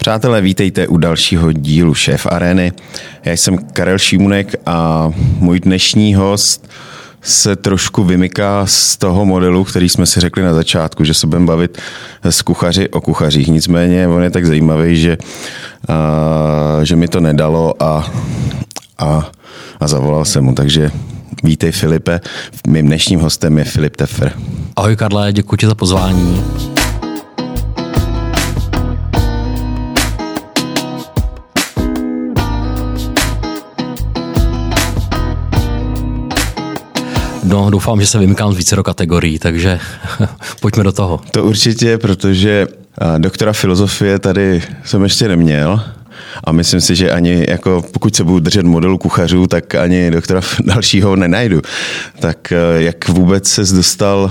Přátelé, vítejte u dalšího dílu Šéf Arény. Já jsem Karel Šímunek a můj dnešní host se trošku vymyká z toho modelu, který jsme si řekli na začátku, že se budeme bavit s kuchaři o kuchařích. Nicméně on je tak zajímavý, že mi to nedalo a zavolal jsem mu. Takže vítej, Filipe. Mým dnešním hostem je Filip Teffer. Ahoj Karle, děkuji ti za pozvání. No, doufám, že se vymykám z vícero kategorií, takže pojďme do toho. To určitě, protože doktora filozofie tady jsem ještě neměl a myslím si, že ani jako pokud se budu držet modelu kuchařů, tak ani doktora dalšího nenajdu. Tak jak vůbec ses dostal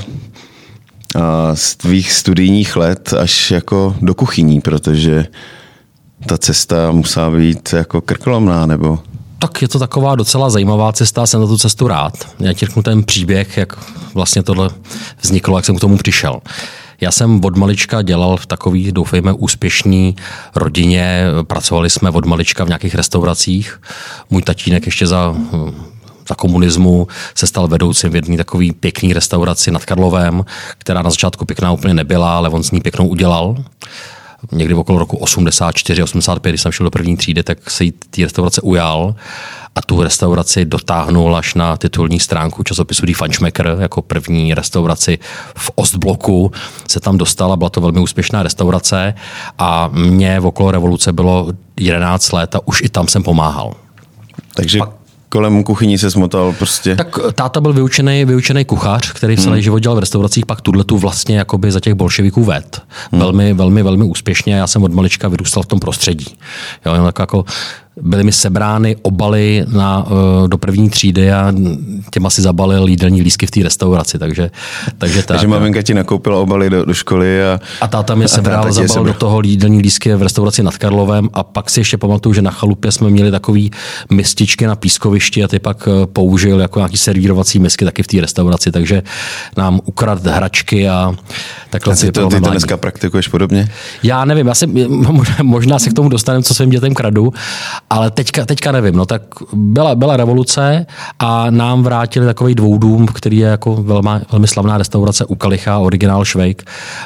z tvých studijních let až jako do kuchyní, protože ta cesta musela být jako krkolomná, nebo... Tak je to taková docela zajímavá cesta, jsem na tu cestu rád. Já ti řeknu ten příběh, jak vlastně tohle vzniklo, jak jsem k tomu přišel. Já jsem od malička dělal v takový, doufejme, úspěšný rodině. Pracovali jsme od malička v nějakých restauracích. Můj tatínek ještě za komunismu se stal vedoucím v jedné takové pěkné restauraci nad Karlovem, která na začátku pěkná úplně nebyla, ale on s ní pěknou udělal. Někdy okolo roku 84, 85, když jsem šel do první třídy, tak se jí té restaurace ujal a tu restauraci dotáhnul až na titulní stránku časopisu Die Feinschmecker, jako první restauraci v Ostbloku se tam dostala, byla to velmi úspěšná restaurace a mě okolo revoluce bylo 11 let a už i tam jsem pomáhal. Takže kolem kuchyní se smotal prostě. Tak táta byl vyučený kuchař, který celý život dělal v restauracích, pak tu vlastně jakoby za těch bolševiků ved. Velmi úspěšně. Já jsem od malička vyrůstal v tom prostředí. Jo, jako byly mi sebrány obaly do první třídy a těma si zabalil jídelní lístky v té restauraci. Takže maminka ti nakoupila obaly do školy a táta mi sebral do toho jídelní lístky v restauraci nad Karlovem a pak si ještě pamatuju, že na chalupě jsme měli takový mističky na pískovišti a ty pak použil jako nějaký servírovací misky taky v té restauraci, takže nám ukradl hračky a takhle si to dneska praktikuješ podobně? Já nevím, možná se k tomu dostaneme, co svým dětem kradu, ale teďka nevím. No tak byla revoluce a nám vrátili takový dvoudům, který je jako velmi slavná restaurace u Kalicha, originál Švejk,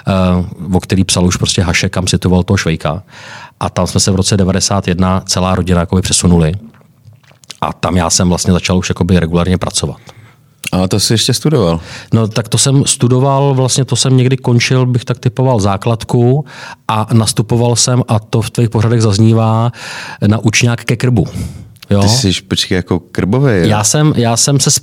o který psal už prostě Hašek, kam situoval toho Švejka. A tam jsme se v roce 91 celá rodina jakoby přesunuli. A tam já jsem vlastně začal už jakoby regulárně pracovat. A to jsi ještě studoval? No tak to jsem studoval, vlastně to jsem někdy končil, bych tak typoval základku a nastupoval jsem, a to v tvých pořadech zaznívá, na učňák ke krbu. Jo? Ty jsi počkej jako krbovej. Já jsem se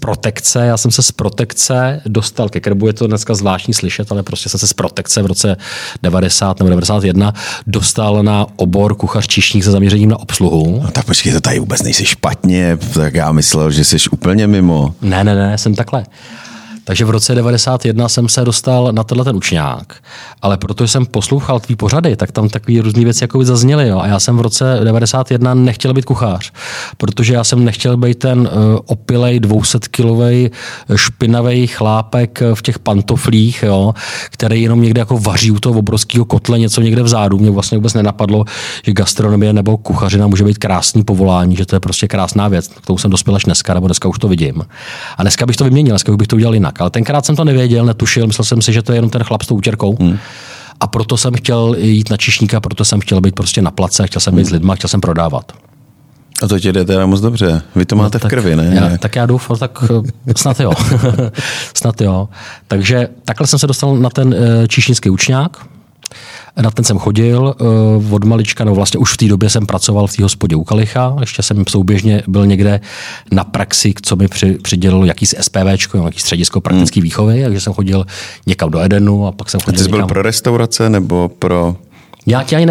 z protekce dostal ke krbu, je to dneska zvláštní slyšet, ale prostě jsem se z protekce v roce 90 nebo 91 dostal na obor kuchař číšník se zaměřením na obsluhu. No tak počkej, to tady vůbec nejsi špatně, tak já myslel, že jsi úplně mimo. Ne, jsem takhle. Takže v roce 91 jsem se dostal na tenhle ten učňák, ale protože jsem poslouchal tvý pořady, tak tam takový různý věci jako zazněly. Jo? A já jsem v roce 91 nechtěl být kuchař, protože já jsem nechtěl být ten opilej 200-kilovej špinavej chlápek v těch pantoflích, jo? Který jenom někde jako vaří u toho obrovského kotle něco někde vzadu. Mě vlastně vůbec nenapadlo, že gastronomie nebo kuchařina může být krásný povolání, že to je prostě krásná věc. K tomu jsem dospěl až dneska, nebo dneska už to vidím. A dneska bych to vyměnil, dneska bych to udělal jinak. Ale tenkrát jsem to nevěděl, netušil, myslel jsem si, že to je jenom ten chlap s tou útěrkou. A proto jsem chtěl jít na číšníka, proto jsem chtěl být prostě na place, chtěl jsem být s lidma, chtěl jsem prodávat. A to ti jde teda moc dobře. Vy to máte v krvi, ne? Tak já doufám, tak snad jo. Snad jo. Takže takhle jsem se dostal na ten číšnický učňák. Na ten jsem chodil od malička, no vlastně už v té době jsem pracoval v té hospodě u Kalicha, ještě jsem souběžně byl někde na praxi, co mi přidělilo jakýsi SPVčko, nějaký středisko praktické výchovy, takže jsem chodil někam do Edenu a pak jsem chodil. A ty jsi byl pro restaurace nebo pro... Já ti ani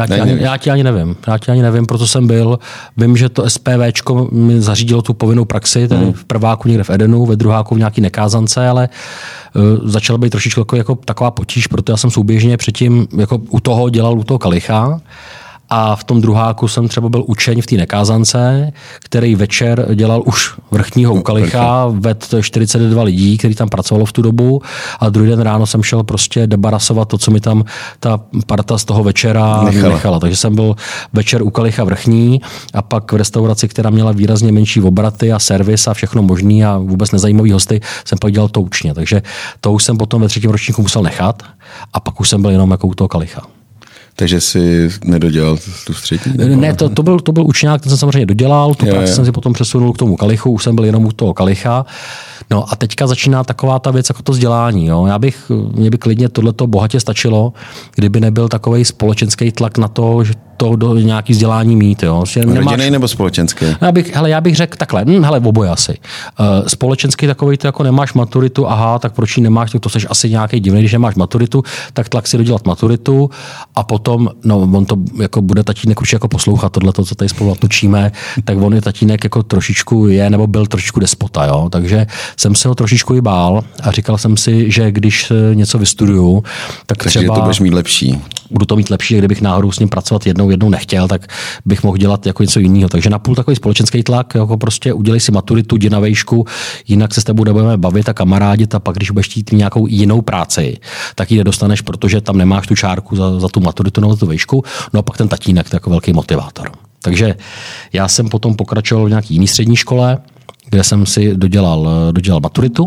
nevím, proto jsem byl. Vím, že to SPVčko mi zařídilo tu povinnou praxi, tedy v prváku někde v Edenu, ve druháku v nějaký nekázance, ale začala být trošičku jako taková potíž, protože já jsem souběžně předtím jako u toho dělal u toho Kalicha a v tom druháku jsem třeba byl učeň v té nekázance, který večer dělal už vrchního u kalicha, ved 42 lidí, kteří tam pracovalo v tu dobu a druhý den ráno jsem šel prostě debarasovat to, co mi tam ta parta z toho večera nechala. Takže jsem byl večer u kalicha vrchní a pak v restauraci, která měla výrazně menší obraty a servis a všechno možný a vůbec nezajímavý hosty, jsem pak dělal toučně. Takže to už jsem potom ve 3. ročníku musel nechat a pak už jsem byl jenom jako u toho kalicha. Takže jsi nedodělal tu střední? Ne, to byl učňák, ten jsem samozřejmě dodělal, tu práci jsem si potom přesunul k tomu kalichu, už jsem byl jenom u toho kalicha. No a teďka začíná taková ta věc jako to vzdělání. Jo. Mě by klidně tohleto bohatě stačilo, kdyby nebyl takovej společenský tlak na to, že to do nějaký vzdělání mít. Jo. Rodinný nebo společenský? Já bych řekl takhle, oboje asi. Společenský takovej, ty jako nemáš maturitu, tak proč ji nemáš, to seš asi nějaký divný, když nemáš maturitu, tak tlak si dodělat maturitu a potom, on to jako bude tatínek určitě jako poslouchat tohleto, co tady spolu natočíme, tak on je tatínek jako trošičku nebo byl trošičku despota, jo. Takže jsem se ho trošičku i bál a říkal jsem si, že když něco vystuduju, tak třeba to budeš mít lepší. Budu to mít lepší, kdybych náhodou s ním pracovat jednou nechtěl, tak bych mohl dělat jako něco jiného. Takže napůl takový společenský tlak, jako prostě udělej si maturitu, jdi na vejšku, jinak se s tebou budeme bavit a kamarádit a pak, když budeš chtít nějakou jinou práci, tak ji nedostaneš, protože tam nemáš tu čárku za tu maturitu nebo tu vejšku. No a pak ten tatínek, to je jako velký motivátor. Takže já jsem potom pokračoval v nějaký jiný střední škole, kde jsem si dodělal maturitu.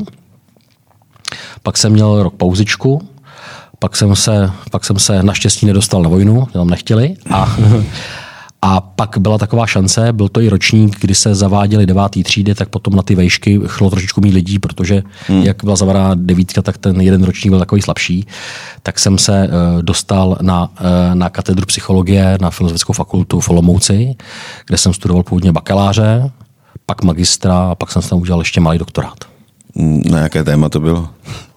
Pak jsem měl rok pauzičku, pak jsem se naštěstí nedostal na vojnu, tam nechtěli. A pak byla taková šance, byl to i ročník, kdy se zaváděly 9. třídy, tak potom na ty vejšky šlo trošičku mít lidí, protože jak byla zaváděna 9, tak ten jeden ročník byl takový slabší. Tak jsem se dostal na katedru psychologie na Filozofickou fakultu v Olomouci, kde jsem studoval původně bakaláře, pak magistra a pak jsem tam udělal ještě malý doktorát. Na jaké téma to bylo?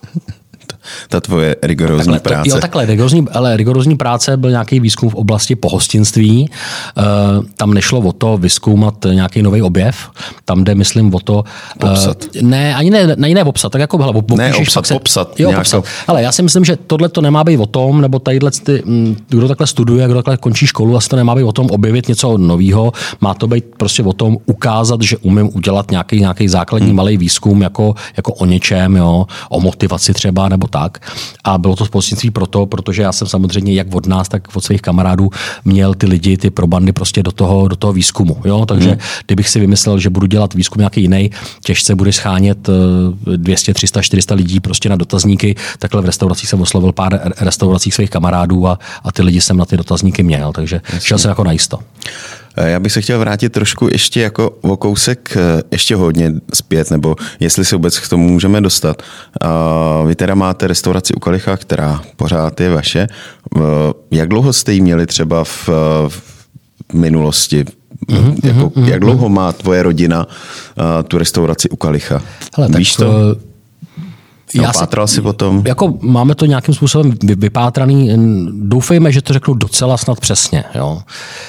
Ta tvoje rigorózní práce. Takhle, rigorózní práce byl nějaký výzkum v oblasti pohostinství. Tam nešlo o to vyzkoumat nějaký nový objev. Tam jde, myslím, o to... Popsat. Ani ne popsat, tak jako popsat. Ale já si myslím, že tohle to nemá být o tom, nebo tadyhle, kdo takhle studuje, kdo takhle končí školu, asi to nemá být o tom objevit něco nového. Má to být prostě o tom ukázat, že umím udělat nějaký základní malý výzkum jako o něčem, jo, o motivaci třeba, nebo tak. A bylo to společenství protože já jsem samozřejmě jak od nás, tak od svých kamarádů měl ty lidi, ty probandy prostě do toho výzkumu. Jo? Takže kdybych si vymyslel, že budu dělat výzkum nějaký jiný, těžce budeš schánět 200, 300, 400 lidí prostě na dotazníky. Takhle v restauracích jsem oslovil pár restaurací svých kamarádů a ty lidi jsem na ty dotazníky měl, takže šel jsem jako najisto. Já bych se chtěl vrátit trošku ještě jako o kousek ještě hodně zpět, nebo jestli se vůbec k tomu můžeme dostat. Vy teda máte restauraci u Kalicha, která pořád je vaše. Jak dlouho jste ji měli třeba v minulosti? Jak dlouho má tvoje rodina tu restauraci u Kalicha? Hele, víš to? Pátral si o tom? Jako máme to nějakým způsobem vypátraný. Doufejme, že to řeknu docela snad přesně. Jo.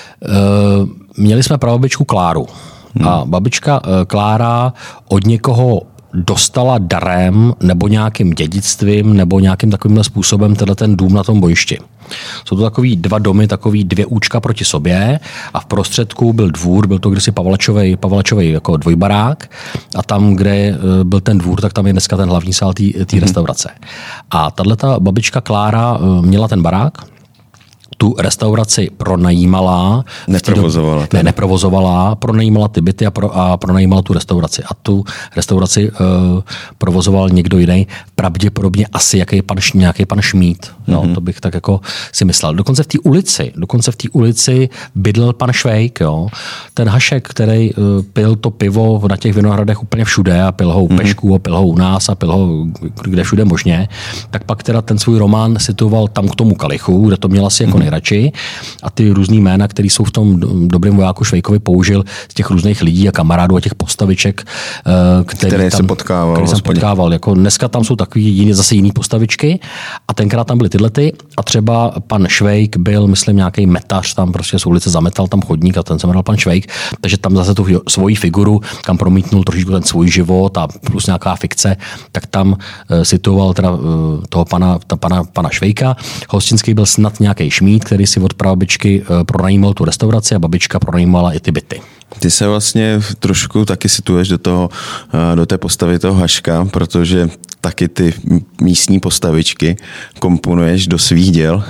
Měli jsme prababičku Kláru. A babička Klára od někoho dostala darem nebo nějakým dědictvím nebo nějakým takovýmhle způsobem ten dům na tom bojišti. Jsou to takový 2 domy, takový 2 účka proti sobě a v prostředku byl dvůr, byl to kdysi Pavlačovej jako dvojbarák a tam, kde byl ten dvůr, tak tam je dneska ten hlavní sál té restaurace. A tato babička Klára měla ten barák, tu restauraci pronajímala. Neprovozovala, pronajímala ty byty a pronajímala tu restauraci. A tu restauraci provozoval někdo jiný, pravděpodobně asi nějaký pan Šmíd. No, to bych tak jako si myslel. Dokonce v té ulici bydlel pan Švejk. Jo. Ten Hašek, který pil to pivo na těch Vinohradech úplně všude a pil ho u Pešků a pil ho u nás a pil ho kde všude možně, tak pak teda ten svůj román situoval tam k tomu Kalichu, kde to měl asi jako nejradši a ty různý jména, které jsou v tom Dobrým vojáku Švejkovi, použil z těch různých lidí a kamarádů a těch postaviček, které se potkával. Jako dneska tam jsou takový zase jiný postavičky a tenkrát tam byly tyhle a třeba pan Švejk byl, myslím, nějaký metař, tam prostě z ulice zametal tam chodník a ten se jmenoval pan Švejk, takže tam zase tu svoji figuru, kam promítnul trošičku ten svůj život a plus nějaká fikce, tak tam situoval teda toho pana Švejka. Hostinský byl snad nějaký Šmíd, který si od babičky pronajímal tu restauraci a babička pronajímala i ty byty. Ty se vlastně trošku taky situuješ do té postavy toho Haška, protože taky ty místní postavičky komponuješ do svých děl,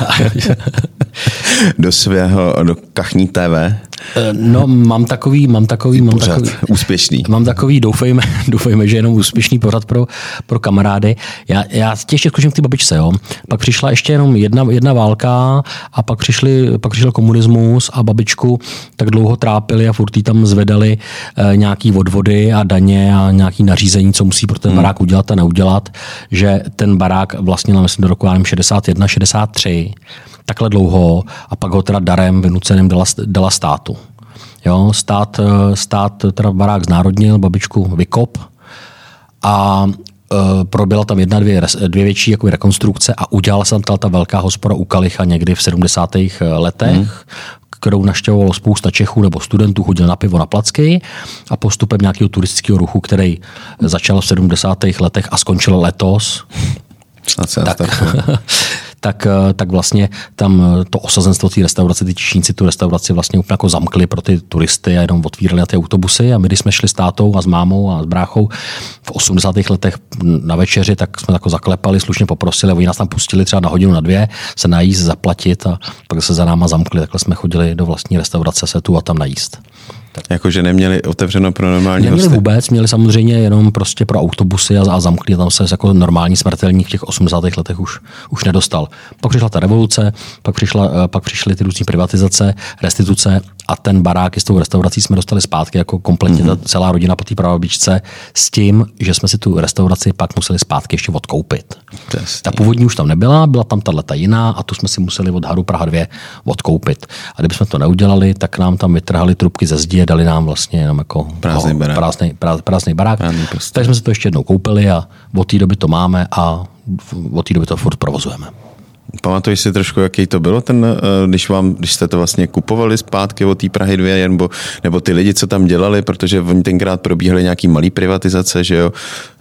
do Kachní TV. No, mám takový úspěšný. Mám takový, doufejme, že jenom úspěšný pořad pro kamarády. Já ještě zkuším k té babičce, jo. Pak přišla ještě jenom jedna válka a pak přišel komunismus a babičku tak dlouho trápili a furt jí tam zvedali nějaký odvody a daně a nějaký nařízení, co musí pro ten barák udělat a neudělat, že ten barák vlastně, myslím, do roku 61, 63, takhle dlouho a pak ho teda darem vynuceným dala státu. Jo, stát teda barák znárodnil, babičku vykop a proběhla tam dvě větší jako rekonstrukce a udělala se tam ta velká hospoda u Kalicha někdy v 70. letech, kterou navštěvovalo spousta Čechů nebo studentů, chodil na pivo na placky a postupem nějakého turistického ruchu, který začal v 70. letech a skončil letos, tak vlastně tam to osazenstvo té restaurace, ty Číšníci tu restauraci vlastně úplně jako zamkli pro ty turisty a jenom otvírali na ty autobusy a my, když jsme šli s tátou a s mámou a s bráchou v 80. letech na večeři, tak jsme jako zaklepali, slušně poprosili, oni nás tam pustili třeba na hodinu, na dvě, se najíst, zaplatit a pak se za náma zamkli, takhle jsme chodili do vlastní restaurace se tu a tam najíst. Jakože neměli otevřeno pro normální hosty? Neměli vůbec, měli samozřejmě jenom prostě pro autobusy a zamkli, tam se jako normální smrtelník v těch 80. letech už nedostal. Pak přišla ta revoluce, pak přišly ty různé privatizace, restituce a ten barák s tou restaurací jsme dostali zpátky jako kompletně celá rodina po té prababičce s tím, že jsme si tu restauraci pak museli zpátky ještě odkoupit. Ta původní už tam nebyla, byla tam tato jiná a tu jsme si museli od Haru Praha 2 odkoupit. A kdybychom to neudělali, tak nám tam vytrhali trubky ze zdi a dali nám vlastně jenom jako prázdný barák. Takže jsme si to ještě jednou koupili a od té doby to máme a od té doby to furt provozujeme. Pamatuješ si trošku, jaký to bylo, když jste to vlastně kupovali zpátky od té Prahy 2, nebo ty lidi, co tam dělali, protože oni tenkrát probíhaly nějaký malý privatizace, že jo,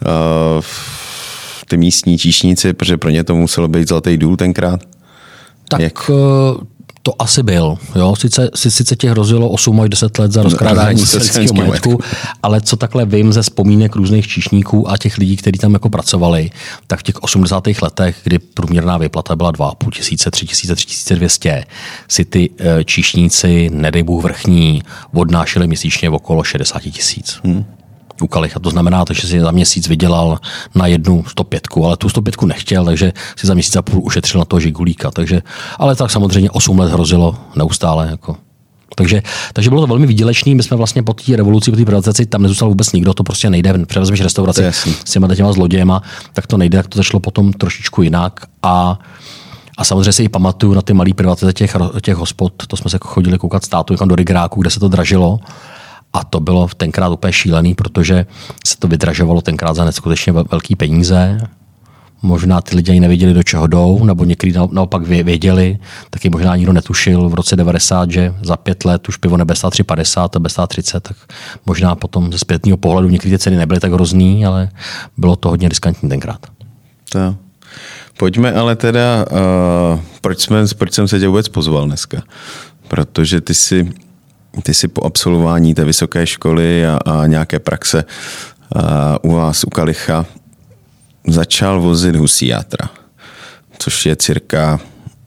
ty místní číšníci, protože pro ně to muselo být zlatý důl tenkrát. Tak to asi byl. Jo? Sice tě hrozilo 8 až 10 let za rozkrádání sociálního majetku, ale co takhle vím ze vzpomínek různých číšníků a těch lidí, kteří tam jako pracovali, tak v těch 80. letech, kdy průměrná výplata byla 2 500, 3 000, 3 200, si ty číšníci, nedej Bůh vrchní, odnášeli měsíčně okolo 60 000. U Kalicha. To znamená, že si za měsíc vydělal na jednu 105, ale tu 105 nechtěl, takže si za měsíc a půl ušetřil na toho žigulíka. Ale tak samozřejmě 8 let hrozilo neustále. Jako. Takže bylo to velmi výdělečný. My jsme vlastně po té revoluci, po té privatizaci, tam nezůstal vůbec nikdo, to prostě nejde. Převezmeš restauraci s těma zlodějema, tak to nejde, tak to začalo potom trošičku jinak. A samozřejmě si i pamatuju na ty malé privatizace těch hospod, to jsme se chodili koukat s tátou do Rigráku, kde se to dražilo. A to bylo tenkrát úplně šílený, protože se to vydražovalo tenkrát za neskutečně velký peníze. Možná ty lidi ani nevěděli, do čeho jdou, nebo někdy naopak věděli, taky možná nikdo netušil v roce 90, že za 5 let už pivo nebude stát 3,50 a bude stát 30, tak možná potom ze zpětného pohledu někdy ty ceny nebyly tak hrozný, ale bylo to hodně riskantní tenkrát. To. Pojďme ale teda, proč jsem se tě vůbec pozval dneska? Protože ty si po absolvování té vysoké školy a nějaké praxe u vás u Kalicha začal vozit husí játra, což je cirka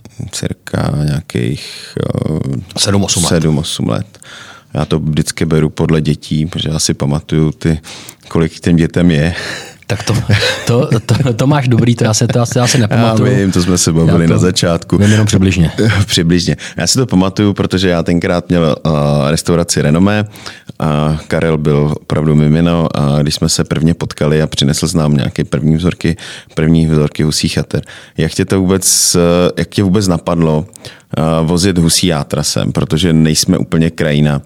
nějakých 7-8 let. Já to vždycky beru podle dětí, protože já si pamatuju, kolik těm dětem je. Tak to máš dobrý, to já se nepamatuju. Já vím, to jsme se bavili na začátku. Vím jenom přibližně. Přibližně. Já si to pamatuju, protože já tenkrát měl restauraci Renomé a Karel byl opravdu mimino a když jsme se prvně potkali a přinesl s nám nějaké první vzorky husích jater. Jak tě vůbec napadlo vozit husí játra sem, protože nejsme úplně krajina,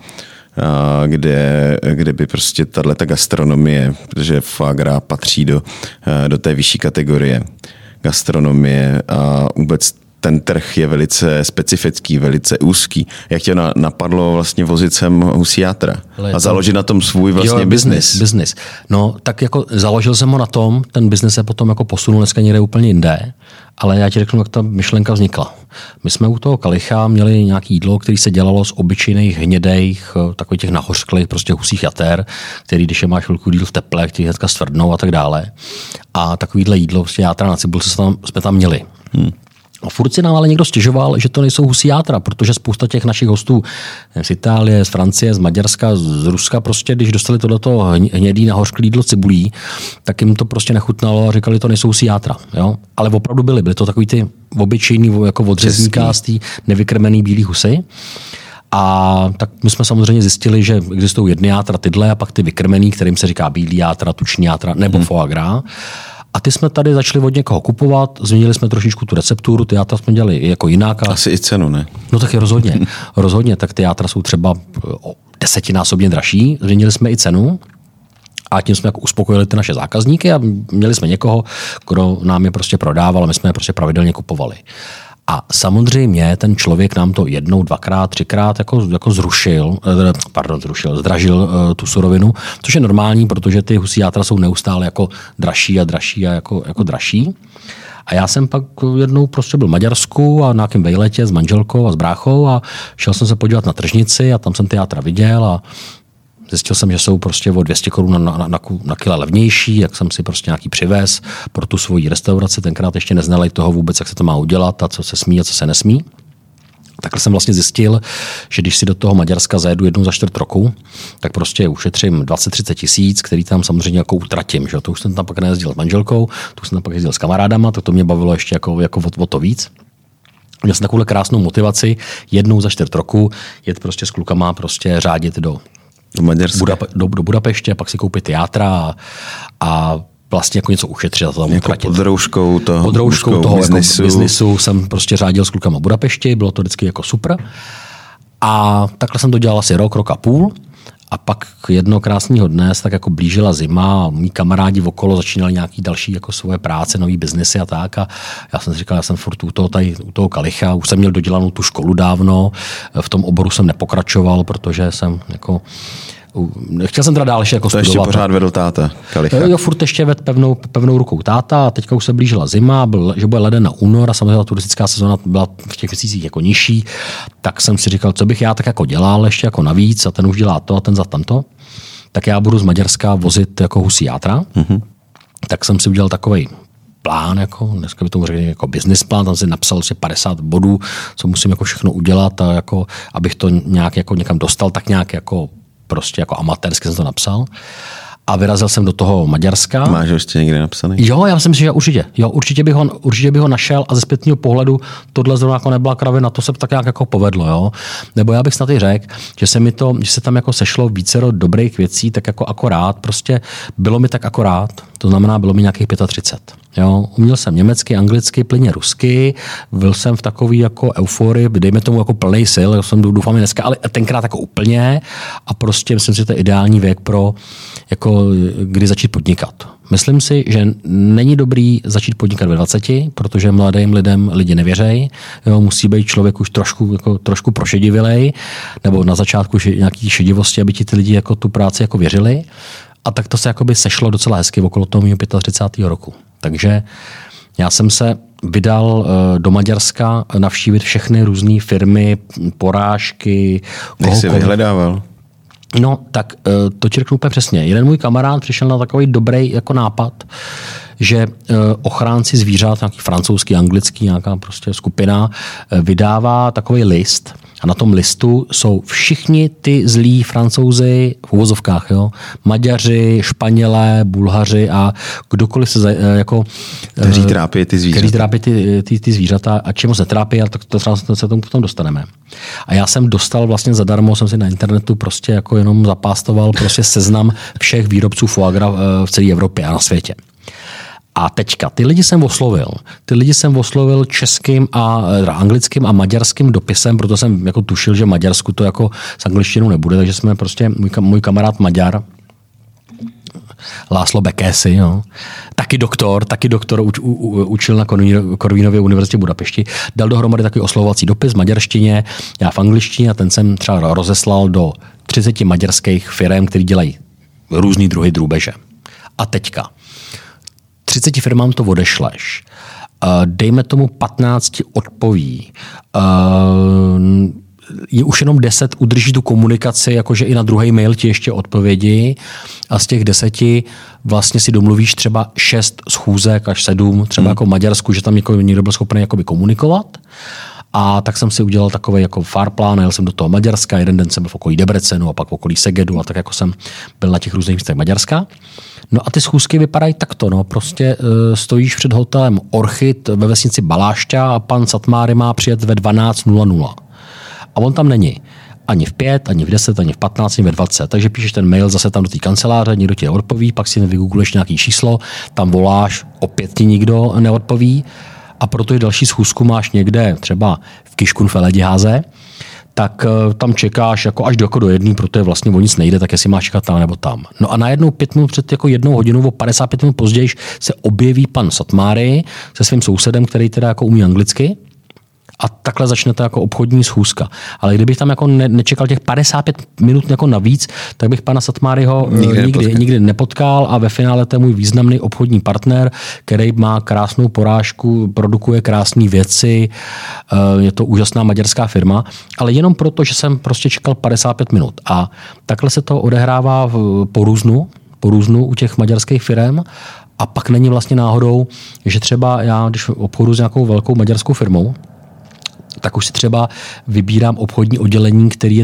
kde by prostě tato gastronomie, protože foie gras patří do té vyšší kategorie gastronomie a vůbec ten trh je velice specifický, velice úzký. Jak tě napadlo vlastně vozit sem husí játra a založit na tom svůj vlastně biznis. No, tak jako založil jsem ho na tom, ten biznis se potom jako posunul dneska někde úplně jinde, ale já ti řeknu, jak ta myšlenka vznikla. My jsme u toho kalicha měli nějaký jídlo, který se dělalo z obyčejných hnědejch, takových těch nahořklých prostě husích jater, který když je máš chvilku díl v teple, který hnedka stvrdnou a tak dále. A takovýhle jídlo, prostě játra na cibulce jsme tam měli. A furt si nám ale někdo stěžoval, že to nejsou husí játra, protože spousta těch našich hostů z Itálie, z Francie, z Maďarska, z Ruska, prostě když dostali tohleto hnědý nahořklý jídlo cibulí, tak jim to prostě nechutnalo a říkali, to nejsou husí játra. Jo? Ale opravdu byly to takový ty obyčejný jako odřezníka z té nevykrmený bílý husy. A tak my jsme samozřejmě zjistili, že existují jedny játra tyhle a pak ty vykrmený, kterým se říká bílý játra, tuční játra nebo foie gras. A ty jsme tady začali od někoho kupovat, změnili jsme trošičku tu recepturu, ty játra jsme dělali jako jinak. Asi i cenu, ne? No tak je rozhodně, tak ty játra jsou třeba o 10násobně dražší, změnili jsme i cenu a tím jsme jako uspokojili ty naše zákazníky a měli jsme někoho, kdo nám je prostě prodával a my jsme je prostě pravidelně kupovali. A samozřejmě ten člověk nám to jednou, dvakrát, třikrát jako zdražil tu surovinu, což je normální, protože ty husí játra jsou neustále jako dražší a jako dražší. A já jsem pak jednou prostě byl v Maďarsku a na nějakém vejletě s manželkou a s bráchou a šel jsem se podívat na tržnici a tam jsem ty játra viděl a zjistil jsem, že jsou prostě o 200 korun na kilo levnější, jak jsem si prostě nějaký přivez pro tu svoji restauraci. Tenkrát ještě neznali toho vůbec, jak se to má udělat a co se smí a co se nesmí. Takhle jsem vlastně zjistil, že když si do toho Maďarska zajedu jednou za 4 roku, tak prostě ušetřím 20-30 tisíc, který tam samozřejmě jako utratím. Že? To už jsem tam pak nejezdil s manželkou, to už jsem tam pak jezdil s kamarádama, to mě bavilo ještě jako o to víc. Měl jsem takovou krásnou motivaci jednou za 4 roku jet prostě s klukama prostě řádit do Budapeště, pak si koupit játra a vlastně jako něco ušetřit a to tam jako utratit. Pod rouškou toho biznisu jsem prostě řádil s klukama v Budapešti, bylo to vždycky jako super. A takhle jsem to dělal asi rok a půl. A pak jednoho krásného dne se tak jako blížila zima a mý kamarádi okolo začínali nějaký další jako svoje práce, nový biznesy a tak. A já jsem si říkal, já jsem furt u toho kalicha, už jsem měl dodělanou tu školu dávno, v tom oboru jsem nepokračoval, protože jsem jako chtěl jsem teda dál ještě jako studovat. To ještě pořád vedl táta kalicha. Jo, furt ještě vedl pevnou rukou táta a teďka už se blížila zima, že bude leden na únor a samozřejmě ta turistická sezóna byla v těch měsících jako nižší, tak jsem si říkal, co bych já tak jako dělal ještě jako navíc a ten už dělá to a ten za tamto, tak já budu z Maďarska vozit jako husí játra. Mm-hmm. Tak jsem si udělal takovej plán, jako, dneska by tomu řekli jako business plán, tam si napsal asi 50 bodů, co musím jako všechno udělat a jako, abych to nějak jako někam dostal, tak nějak jako prostě jako amatérsky jsem to napsal. A vyrazil jsem do toho Maďarska. Máš ho ještě někde napsaný? Jo, já si myslím, že určitě. Jo, určitě bych ho našel a ze zpětného pohledu tohle zrovna jako nebyla kravina, to se tak nějak jako povedlo, jo. Nebo já bych snad i řekl, že se tam jako sešlo vícero dobrých věcí, tak jako akorát, prostě bylo mi tak akorát, to znamená, bylo mi nějakých 35. Jo, uměl jsem německy, anglicky, plně rusky, byl jsem v takový jako euforii, dejme tomu jako plný sil, já jsem doufám dneska, ale tenkrát jako úplně a prostě myslím si, že to je ideální věk pro jako kdy začít podnikat. Myslím si, že není dobrý začít podnikat ve 20, protože mladým lidem lidi nevěřejí. Jo, musí být člověk už trošku prošedivilej, nebo na začátku nějaký šedivosti, aby ti ty lidi jako tu práci jako věřili. A tak to se jakoby sešlo docela hezky okolo toho mého 35. roku. Takže já jsem se vydal do Maďarska navštívit všechny různé firmy, porážky. Jak jsi vyhledával? No, tak to ti řeknu úplně přesně. Jeden můj kamarád přišel na takový dobrý jako nápad, že ochránci zvířat, nějaký francouzský, anglický, nějaká prostě skupina, vydává takový list a na tom listu jsou všichni ty zlí Francouzi v uvozovkách, jo, Maďaři, Španělé, Bulhaři a kdokoliv se jako... Kteří trápí ty zvířata. Kteří trápí ty zvířata a čemu se trápí, a to se tomu potom dostaneme. A já jsem dostal vlastně zadarmo, jsem si na internetu prostě jako jenom zapástoval prostě seznam všech výrobců foie gras v celé Evropě a na světě. A teďka, ty lidi jsem oslovil českým a anglickým a maďarským dopisem, proto jsem jako tušil, že v Maďarsku to jako s angličtinou nebude, takže jsme prostě, můj kamarád Maďar László Bekési, jo. Taky doktor učil na Korvínově univerzitě v Budapešti. Dal dohromady takový oslovovací dopis v maďarštině, já v angličtině, a ten jsem třeba rozeslal do 30 maďarských firm, který dělají různý druhy drůbeže. A teďka 30 firmám to odešleš. Dejme tomu 15 odpoví. Je už jenom 10 udrží tu komunikaci, jakože i na druhý mail ti ještě odpovědi, a z těch 10 vlastně si domluvíš třeba 6 schůzek až 7, třeba jako v Maďarsku, že tam někdo byl schopný jakoby komunikovat. A tak jsem si udělal takový jako farplán, jel jsem do toho Maďarska, jeden den jsem byl v okolí Debrecenu a pak v okolí Segedu, a tak jako jsem byl na těch různých místech Maďarska. No a ty schůzky vypadají takto, no, prostě stojíš před hotelem Orchid ve vesnici Balášťa a pan Szatmáry má přijet ve 12:00. A on tam není. Ani v 5, ani v 10, ani v 15, ani ve 20. Takže píšeš ten mail zase tam do té kanceláře, někdo ti neodpoví, pak si vygoogluješ nějaký číslo, tam voláš, opět ti nikdo neodpoví. A protože další schůzku máš někde třeba v Kiškunfeledháze, tak tam čekáš jako až do jedné, protože vlastně o nic nejde, tak jestli máš čekat tam nebo tam. No a najednou 5 minut před jako 1 hodinou, o 55 minut později se objeví pan Szatmáry se svým sousedem, který teda jako umí anglicky, a takhle začne to jako obchodní schůzka. Ale kdybych tam jako nečekal těch 55 minut jako navíc, tak bych pana Szatmáryho nikdy nepotkal, a ve finále to je můj významný obchodní partner, který má krásnou porážku, produkuje krásné věci, je to úžasná maďarská firma, ale jenom proto, že jsem prostě čekal 55 minut. A takhle se to odehrává po různu u těch maďarských firm. A pak není vlastně náhodou, že třeba já, když obchodu s nějakou velkou maďarskou firmou, tak už si třeba vybírám obchodní oddělení, který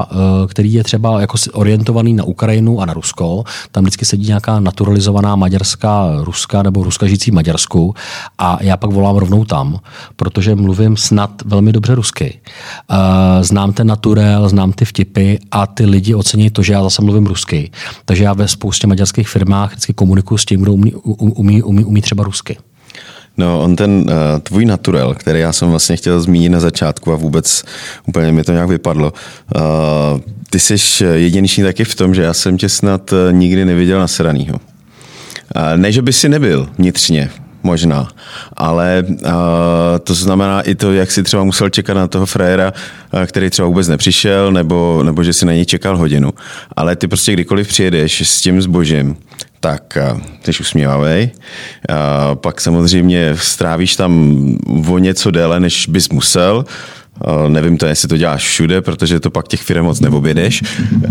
je třeba jako orientovaný na Ukrajinu a na Rusko. Tam vždycky sedí nějaká naturalizovaná maďarská Ruska nebo Ruska žijící v Maďarsku, a já pak volám rovnou tam, protože mluvím snad velmi dobře rusky. Znám ten naturel, znám ty vtipy a ty lidi ocení to, že já zase mluvím rusky. Takže já ve spoustě maďarských firmách vždycky komunikuju s tím, kdo umí třeba rusky. No, on ten tvůj naturel, který já jsem vlastně chtěl zmínit na začátku a vůbec úplně mi to nějak vypadlo. Ty jsi jedinečný taky v tom, že já jsem tě snad nikdy neviděl nasranýho. Ne, že by si nebyl vnitřně, možná, ale to znamená i to, jak si třeba musel čekat na toho frajera, který třeba vůbec nepřišel, nebo že si na něj čekal hodinu. Ale ty prostě kdykoliv přijedeš s tím zbožím, tak jsi usměvavej. Pak samozřejmě strávíš tam o něco déle, než bys musel. Nevím to, jestli to děláš všude, protože to pak těch firm moc neobjedeš.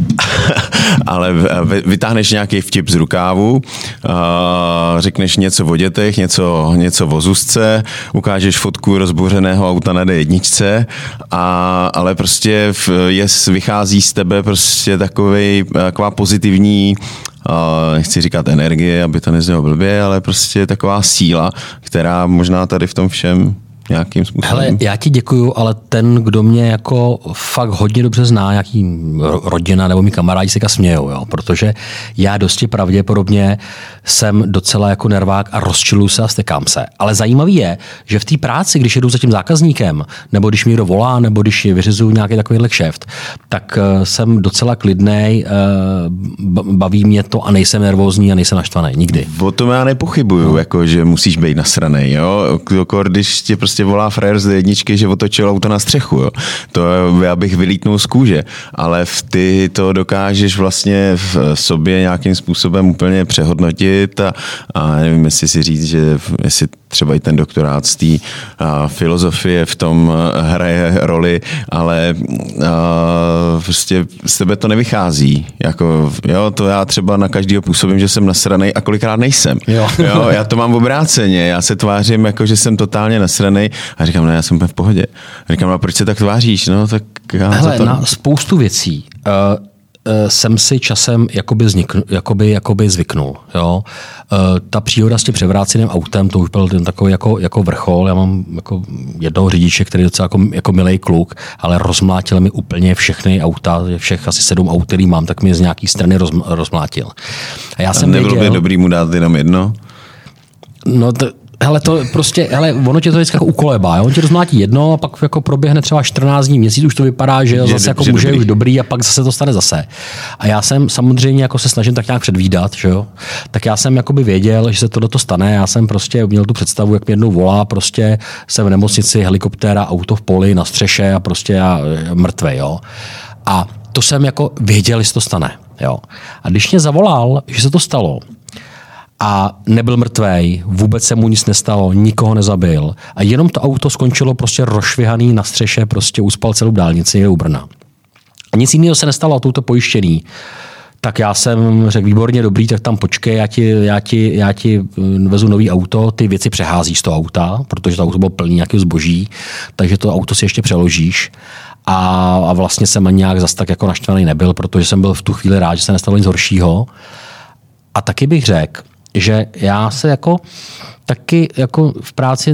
Ale vytáhneš nějaký vtip z rukávu, řekneš něco o dětech, něco o Zuzce, ukážeš fotku rozbouřeného auta na D1, ale prostě vychází z tebe prostě taková pozitivní, nechci říkat energie, aby to neznělo blbě, ale prostě taková síla, která možná tady v tom všem nějakým způsobem. Hele, já ti děkuju, ale ten, kdo mě jako fakt hodně dobře zná, jaký rodina nebo mý kamarádi se smějou, jo? Protože já dosti pravděpodobně jsem docela jako nervák a rozčiluju se a stekám se. Ale zajímavý je, že v té práci, když jedu za tím zákazníkem, nebo když mi někdo volá, nebo když vyřizuju nějaký takovýhle kšeft, tak jsem docela klidnej, baví mě to a nejsem nervózní a nejsem naštvaný. Nikdy. O tom já nepochybuju, jako, že musíš být nasranej, jo? Když tě prostě volá frajer z D1, že otočil auto na střechu, jo? To já bych vylítnul z kůže, ale ty to dokážeš vlastně v sobě nějakým způsobem úplně přehodnotit a nevím, jestli si říct, že jestli třeba i ten doktorát z té filozofie v tom hraje roli, ale prostě z tebe to nevychází. Jako, jo, to já třeba na každýho působím, že jsem nasranej a kolikrát nejsem. Jo, já to mám obráceně, já se tvářím jako, že jsem totálně nasranej a říkám, no já jsem v pohodě. A říkám, no proč se tak tváříš? No, tak hele, na spoustu věcí jsem si časem jakoby zvyknul. Jo? Ta příhoda s tím převráceným autem, to už byl ten takový jako vrchol. Já mám jako jednoho řidiče, který je docela jako milej kluk, ale rozmlátil mi úplně všechny auta, všech asi 7 aut, který mám, tak mi z nějaký strany rozmlátil. A já jsem nebylo by dobrý mu dát jenom jedno? No Hele, to prostě, ono tě to vždycky jako ukolebá, jo? On tě rozmlátí jedno a pak jako proběhne třeba 14 dní, měsíc, už to vypadá, že zase jako může už dobrý a pak zase to stane zase. A já jsem samozřejmě jako se snažím tak nějak předvídat, že jo? Tak já jsem jakoby věděl, že se tohleto stane, já jsem prostě měl tu představu, jak mě jednou volá, prostě jsem v nemocnici, helikoptéra, auto v poli, na střeše a prostě já mrtvej, jo? A to jsem jako věděl, že se to stane, jo? A když mě zavolal, že se to stalo, a nebyl mrtvej, vůbec se mu nic nestalo, nikoho nezabil a jenom to auto skončilo prostě rozšvihaný na střeše, prostě uspal celou dálnici u Brna. A nic jiného se nestalo, to pojištěný. Tak já jsem řekl, výborně, dobrý, tak tam počkej, já ti vezu nový auto, ty věci přeházíš z toho auta, protože to auto bylo plný nějakého zboží, takže to auto si ještě přeložíš. A vlastně jsem ani nějak zas tak jako naštvaný nebyl, protože jsem byl v tu chvíli rád, že se nestalo nic horšího. A taky bych řekl, že já se jako taky jako v práci,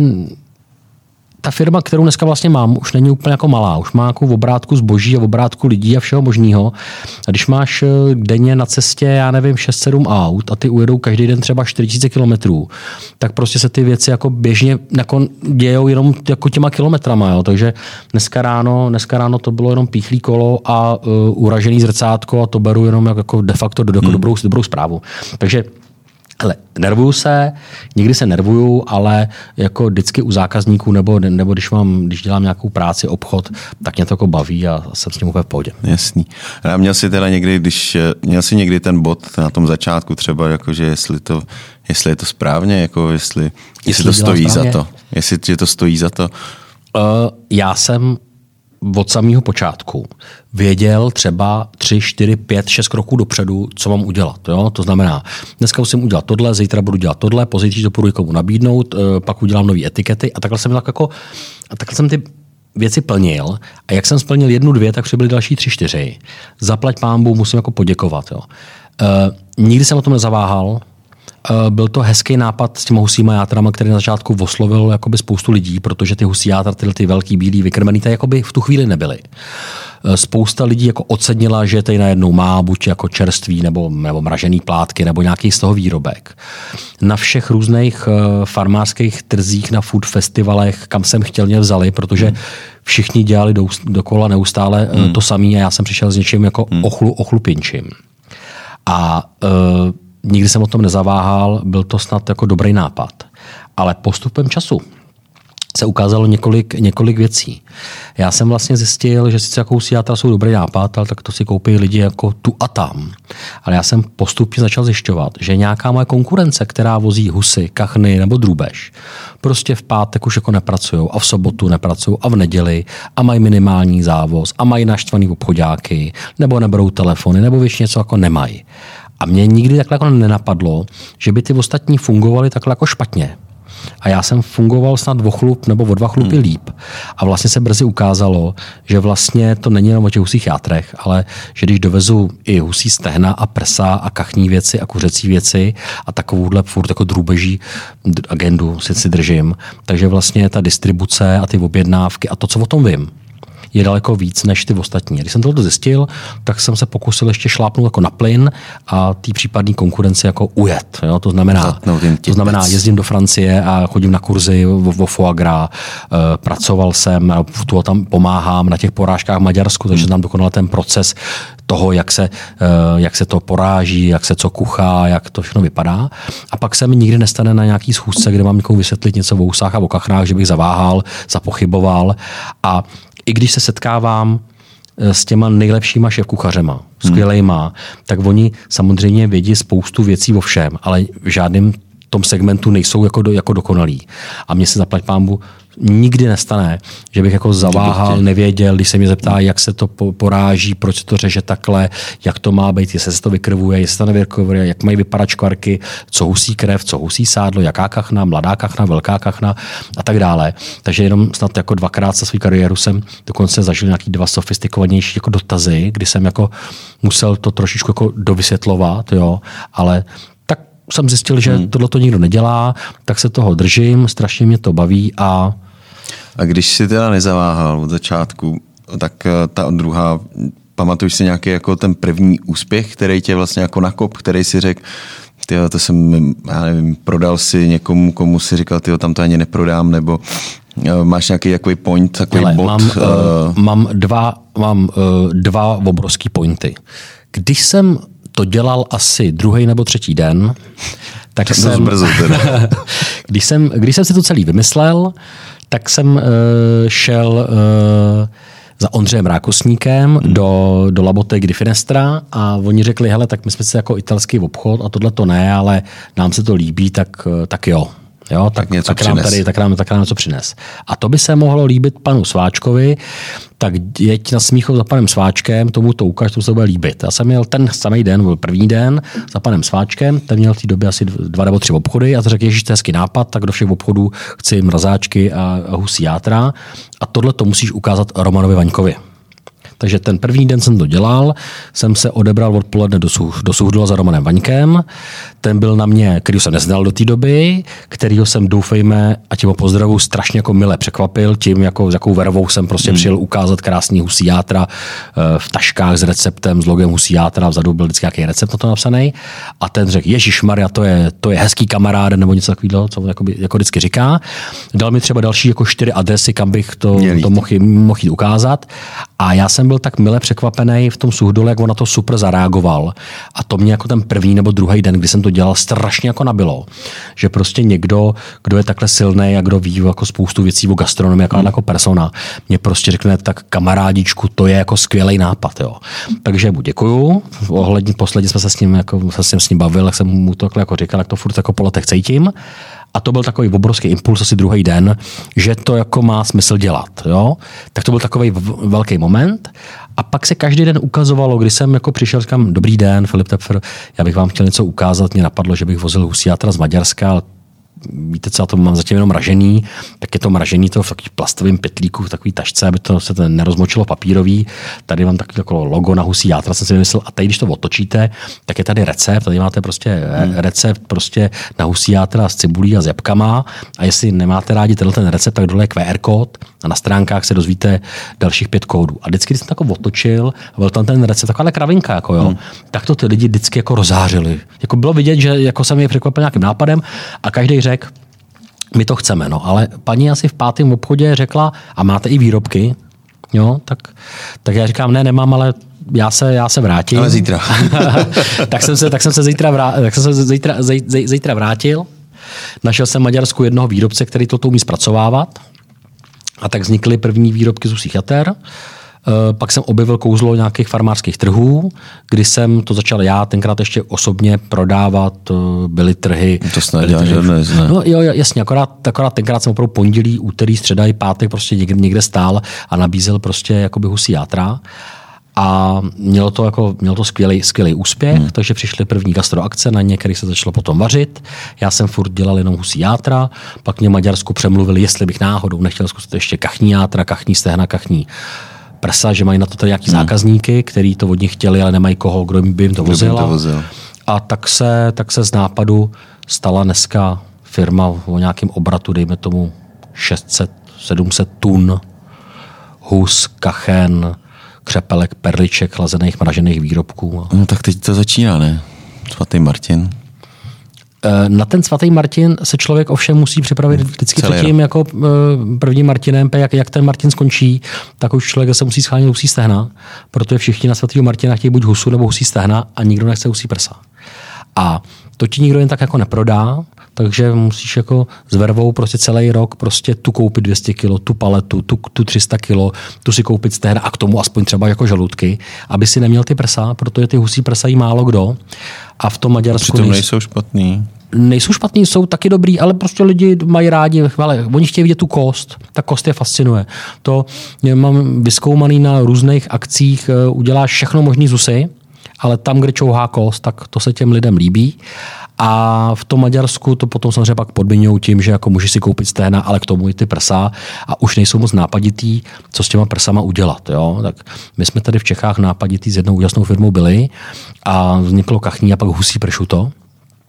ta firma, kterou dneska vlastně mám, už není úplně jako malá. Už má jako obrátku zboží a obrátku lidí a všeho možného. A když máš denně na cestě, já nevím, 6-7 aut a ty ujedou každý den třeba 4000 kilometrů, tak prostě se ty věci jako běžně jako dějou jenom jako těma kilometrama. Jo. Takže dneska ráno to bylo jenom píchlý kolo a uražený zrcátko a to beru jenom jako de facto dobrou zprávu. Takže hele, nervuju se, někdy se nervuju, ale jako vždycky u zákazníků nebo když dělám nějakou práci, obchod, tak mě to jako baví a jsem s tím úplně v pohodě. Jasný. A měl jsi teda měl jsi někdy ten bod na tom začátku třeba, jakože jestli je to správně, jako jestli to stojí správně za to. Jestli to stojí za to. Já jsem od samého počátku věděl třeba 3, 4, 5, 6 kroků dopředu, co mám udělat. Jo? To znamená, dneska musím udělat tohle, zítra budu dělat tohle, pozítří to půjdu někomu nabídnout, pak udělám nové etikety a takhle jsem ty věci plnil a jak jsem splnil 1, 2, tak přibyly další 3, 4. Zaplať pánbu, musím jako poděkovat. Jo? Nikdy jsem o tom nezaváhal. Byl to hezký nápad s těma husíma játrama, který na začátku oslovil jakoby spoustu lidí, protože ty husí játra, ty velký, bílý, vykrmený, ty jakoby v tu chvíli nebyly. Spousta lidí jako ocenila, že tady najednou má buď jako čerství nebo mražený plátky nebo nějaký z toho výrobek. Na všech různých farmářských trzích, na food festivalech, kam jsem chtěl, mě vzali, protože všichni dělali dokola neustále to samé a já jsem přišel s něčím jako ochlupinčím. A nikdy jsem o tom nezaváhal, byl to snad jako dobrý nápad. Ale postupem času se ukázalo několik věcí. Já jsem vlastně zjistil, že sice jako husí játra jsou dobrý nápad, ale tak to si koupí lidi jako tu a tam. Ale já jsem postupně začal zjišťovat, že nějaká moje konkurence, která vozí husy, kachny nebo drůbež, prostě v pátek už jako nepracujou a v sobotu nepracují a v neděli a mají minimální závoz a mají naštvaný obchodáky nebo neberou telefony nebo většině něco jako nemají. A mě nikdy takhle jako nenapadlo, že by ty ostatní fungovaly takhle jako špatně. A já jsem fungoval snad o 2 chlupy líp. A vlastně se brzy ukázalo, že vlastně to není jenom o těch husích játrech, ale že když dovezu i husí stehna a prsa a kachní věci a kuřecí věci a takovouhle furt jako drůbeží agendu si držím, takže vlastně ta distribuce a ty objednávky a to, co o tom vím, je daleko víc než ty ostatní. Když jsem tohle zjistil, tak jsem se pokusil ještě šlápnout jako na plyn a té případné konkurenci jako ujet. Jo? To znamená, jezdím do Francie a chodím na kurzy o foie gras, pracoval jsem, tam pomáhám na těch porážkách v Maďarsku, takže znám dokonale ten proces toho, jak se to poráží, jak se co kuchá, jak to všechno vypadá. A pak se mi nikdy nestane na nějaký schůzce, kde mám někomu vysvětlit něco o housách a o kachnách, že bych zaváhal, zapochyboval. A i když se setkávám s těma nejlepšíma šéfkuchařema, skvělejma, tak oni samozřejmě vědí spoustu věcí o všem, ale v žádném tom segmentu nejsou jako dokonalí. A mně se zaplať pánbu nikdy nestane, že bych jako zaváhal, nevěděl, když se mě zeptá, jak se to poráží, proč se to řeže takhle, jak to má být, jestli se to vykrvuje, jestli se to nevykrvuje, jak mají vypadat škvarky, co husí krev, co husí sádlo, jaká kachna, mladá kachna, velká kachna a tak dále. Takže jenom snad jako 2krát za svou kariéru jsem dokonce zažil nějaký 2 sofistikovanější jako dotazy, kdy jsem jako musel to trošičku jako dovysvětlovat, jo, ale jsem zjistil, že tohle to nikdo nedělá, tak se toho držím, strašně mě to baví a když si teda nezaváhal od začátku, tak ta druhá, pamatuješ si nějaký jako ten první úspěch, který tě vlastně jako nakop, který si řekl, Tyjo, to jsem, já nevím, prodal si někomu, komu si říkal, tyjo, tam to ani neprodám, nebo máš nějaký takový point, takový bod? Mám dva obrovský pointy. Když jsem to dělal asi druhý nebo třetí den, tak jsem... Brzo teda. Když jsem si to celý vymyslel, tak jsem šel za Ondřejem Rákosníkem do Labotek di Finestra a oni řekli, hele, tak my jsme si jako italský obchod a tohle to ne, ale nám se to líbí, tak jo. Jo, tak nám něco přines. A to by se mohlo líbit panu Sváčkovi, tak jeď na Smíchov za panem Sváčkem, tomu to ukáž, to se bude líbit. Já jsem měl ten samý den, byl první den za panem Sváčkem, ten měl v té době asi 2 nebo 3 obchody a to řekl, ježiš, to je hezký nápad, tak do všech obchodů chci mrazáčky a husí játra a tohle to musíš ukázat Romanovi Vaňkovi. Takže ten první den jsem to dělal, jsem se odebral odpoledne do Suchdola za Romanem Vaňkem. Ten byl na mě, kterýho jsem neznal do té doby, kterýho jsem, doufejme, a tím ho pozdravu, strašně jako mile překvapil tím, jako, s jakou vervou jsem prostě přijel ukázat krásný husí játra v taškách s receptem, s logem husí játra, vzadu byl vždycky nějaký recept na to napsaný. A ten řekl, ježišmarja, to je hezký kamarád nebo něco takového, co jako vždycky říká. Dal mi třeba další jako 4 adresy, kam bych to mohl jít ukázat. A já jsem byl tak mile překvapený v tom Suchdole, jak on na to super zareagoval. A to mě jako ten první nebo druhý den, kdy jsem to dělal, strašně jako nabilo. Že prostě někdo, kdo je takhle silný a kdo ví jako spoustu věcí o gastronomii, jako persona, mě prostě řekne, tak kamarádičku, to je jako skvělý nápad. Jo. Takže mu děkuju. Posledně jsme se s ním bavil, jak jsem mu to jako říkal, jak to furt jako po letech cítím. A to byl takový obrovský impuls asi druhý den, že to jako má smysl dělat. Jo? Tak to byl takový velký moment. A pak se každý den ukazovalo, když jsem jako přišel, říkám, dobrý den, Filip Tepfer, já bych vám chtěl něco ukázat. Mě napadlo, že bych vozil husí játra z Maďarska, ale víte co, já to mám zatím jenom mražený, tak je to mražený to v takovým plastovém pytlíku, v takový tašce, aby to se to nerozmočilo papírový. Tady mám takový jako logo na husí játra, jsem si vymyslel. A teď, když to otočíte, tak je tady recept. Tady máte prostě recept prostě na husí játra s cibulí a s jabkama. A jestli nemáte rádi ten recept, tak dole je QR kód a na stránkách se dozvíte dalších 5 kódů. A vždycky, když jsem to jako otočil, byl tam ten recept, taková kravinka, jako jo, tak to ty lidi vždycky jako rozhářili. Jako bylo vidět, že jako jsem je překvapil nějakým nápadem a každý řekl, my to chceme, no, ale paní asi v 5. obchodě řekla, a máte i výrobky, jo, tak já říkám, ne, nemám, ale já se vrátím. Ale zítra. tak jsem se zítra vrátil. Našel jsem v Maďarsku jednoho výrobce, který to umí zpracovávat. A tak vznikly první výrobky z husích jater. Pak jsem objevil kouzlo nějakých farmářských trhů, kdy jsem to začal já tenkrát ještě osobně prodávat, byly trhy. To snad děláš dnes, ne? No jo, jasně, akorát tenkrát jsem opravdu pondělí, úterý, středa i pátek prostě někde stál a nabízel prostě jakoby husí játra. A mělo to skvělý úspěch, takže přišly první gastroakce, na některých se začalo potom vařit. Já jsem furt dělal jenom husí játra, pak mě v Maďarsku přemluvili, jestli bych náhodou nechtěl zkusit ještě kachní játra, kachní stehna, kachní prsa, že mají na to tady nějaký zákazníky, kteří to od nich chtěli, ale nemají koho, kdo by jim to vozil. A tak se z nápadu stala dneska firma o nějakém obratu, dejme tomu 600-700 tun hus, kachen, křepelek, perliček, chlazených, mražených výrobků. No tak teď to začíná, ne? Svatý Martin. Na ten svatý Martin se člověk ovšem musí připravit vždycky předtím jako prvním Martinem, jak ten Martin skončí, tak už člověk se musí schánit husí stehna, protože všichni na svatého Martina chtějí buď husu nebo husí stehna a nikdo nechce husí prsa. A to ti nikdo jen tak jako neprodá, takže musíš jako s vervou prostě celý rok prostě tu koupit 200 kilo, tu paletu, tu 300 kilo, tu si koupit stehna a k tomu aspoň třeba jako žaludky, aby si neměl ty prsa, protože ty husí prsa jí málo kdo. A v tom Maďarsku přitom nejsou špatný. Nejsou špatný, jsou taky dobrý, ale prostě lidi mají rádi, ale oni chtějí vidět tu kost. Ta kost je fascinuje. To mám vyzkoumaný na různých akcích, uděláš všechno možný z husy, ale tam, kde čouhá kost, tak to se těm lidem líbí. A v tom Maďarsku to potom samozřejmě pak podmiňují tím, že jako můžeš si koupit stehna, ale k tomu i ty prsa a už nejsou moc nápaditý, co s těma prsama udělat. Jo? Tak my jsme tady v Čechách nápaditý s jednou úžasnou firmou byli a vzniklo kachní a pak husí pršuto.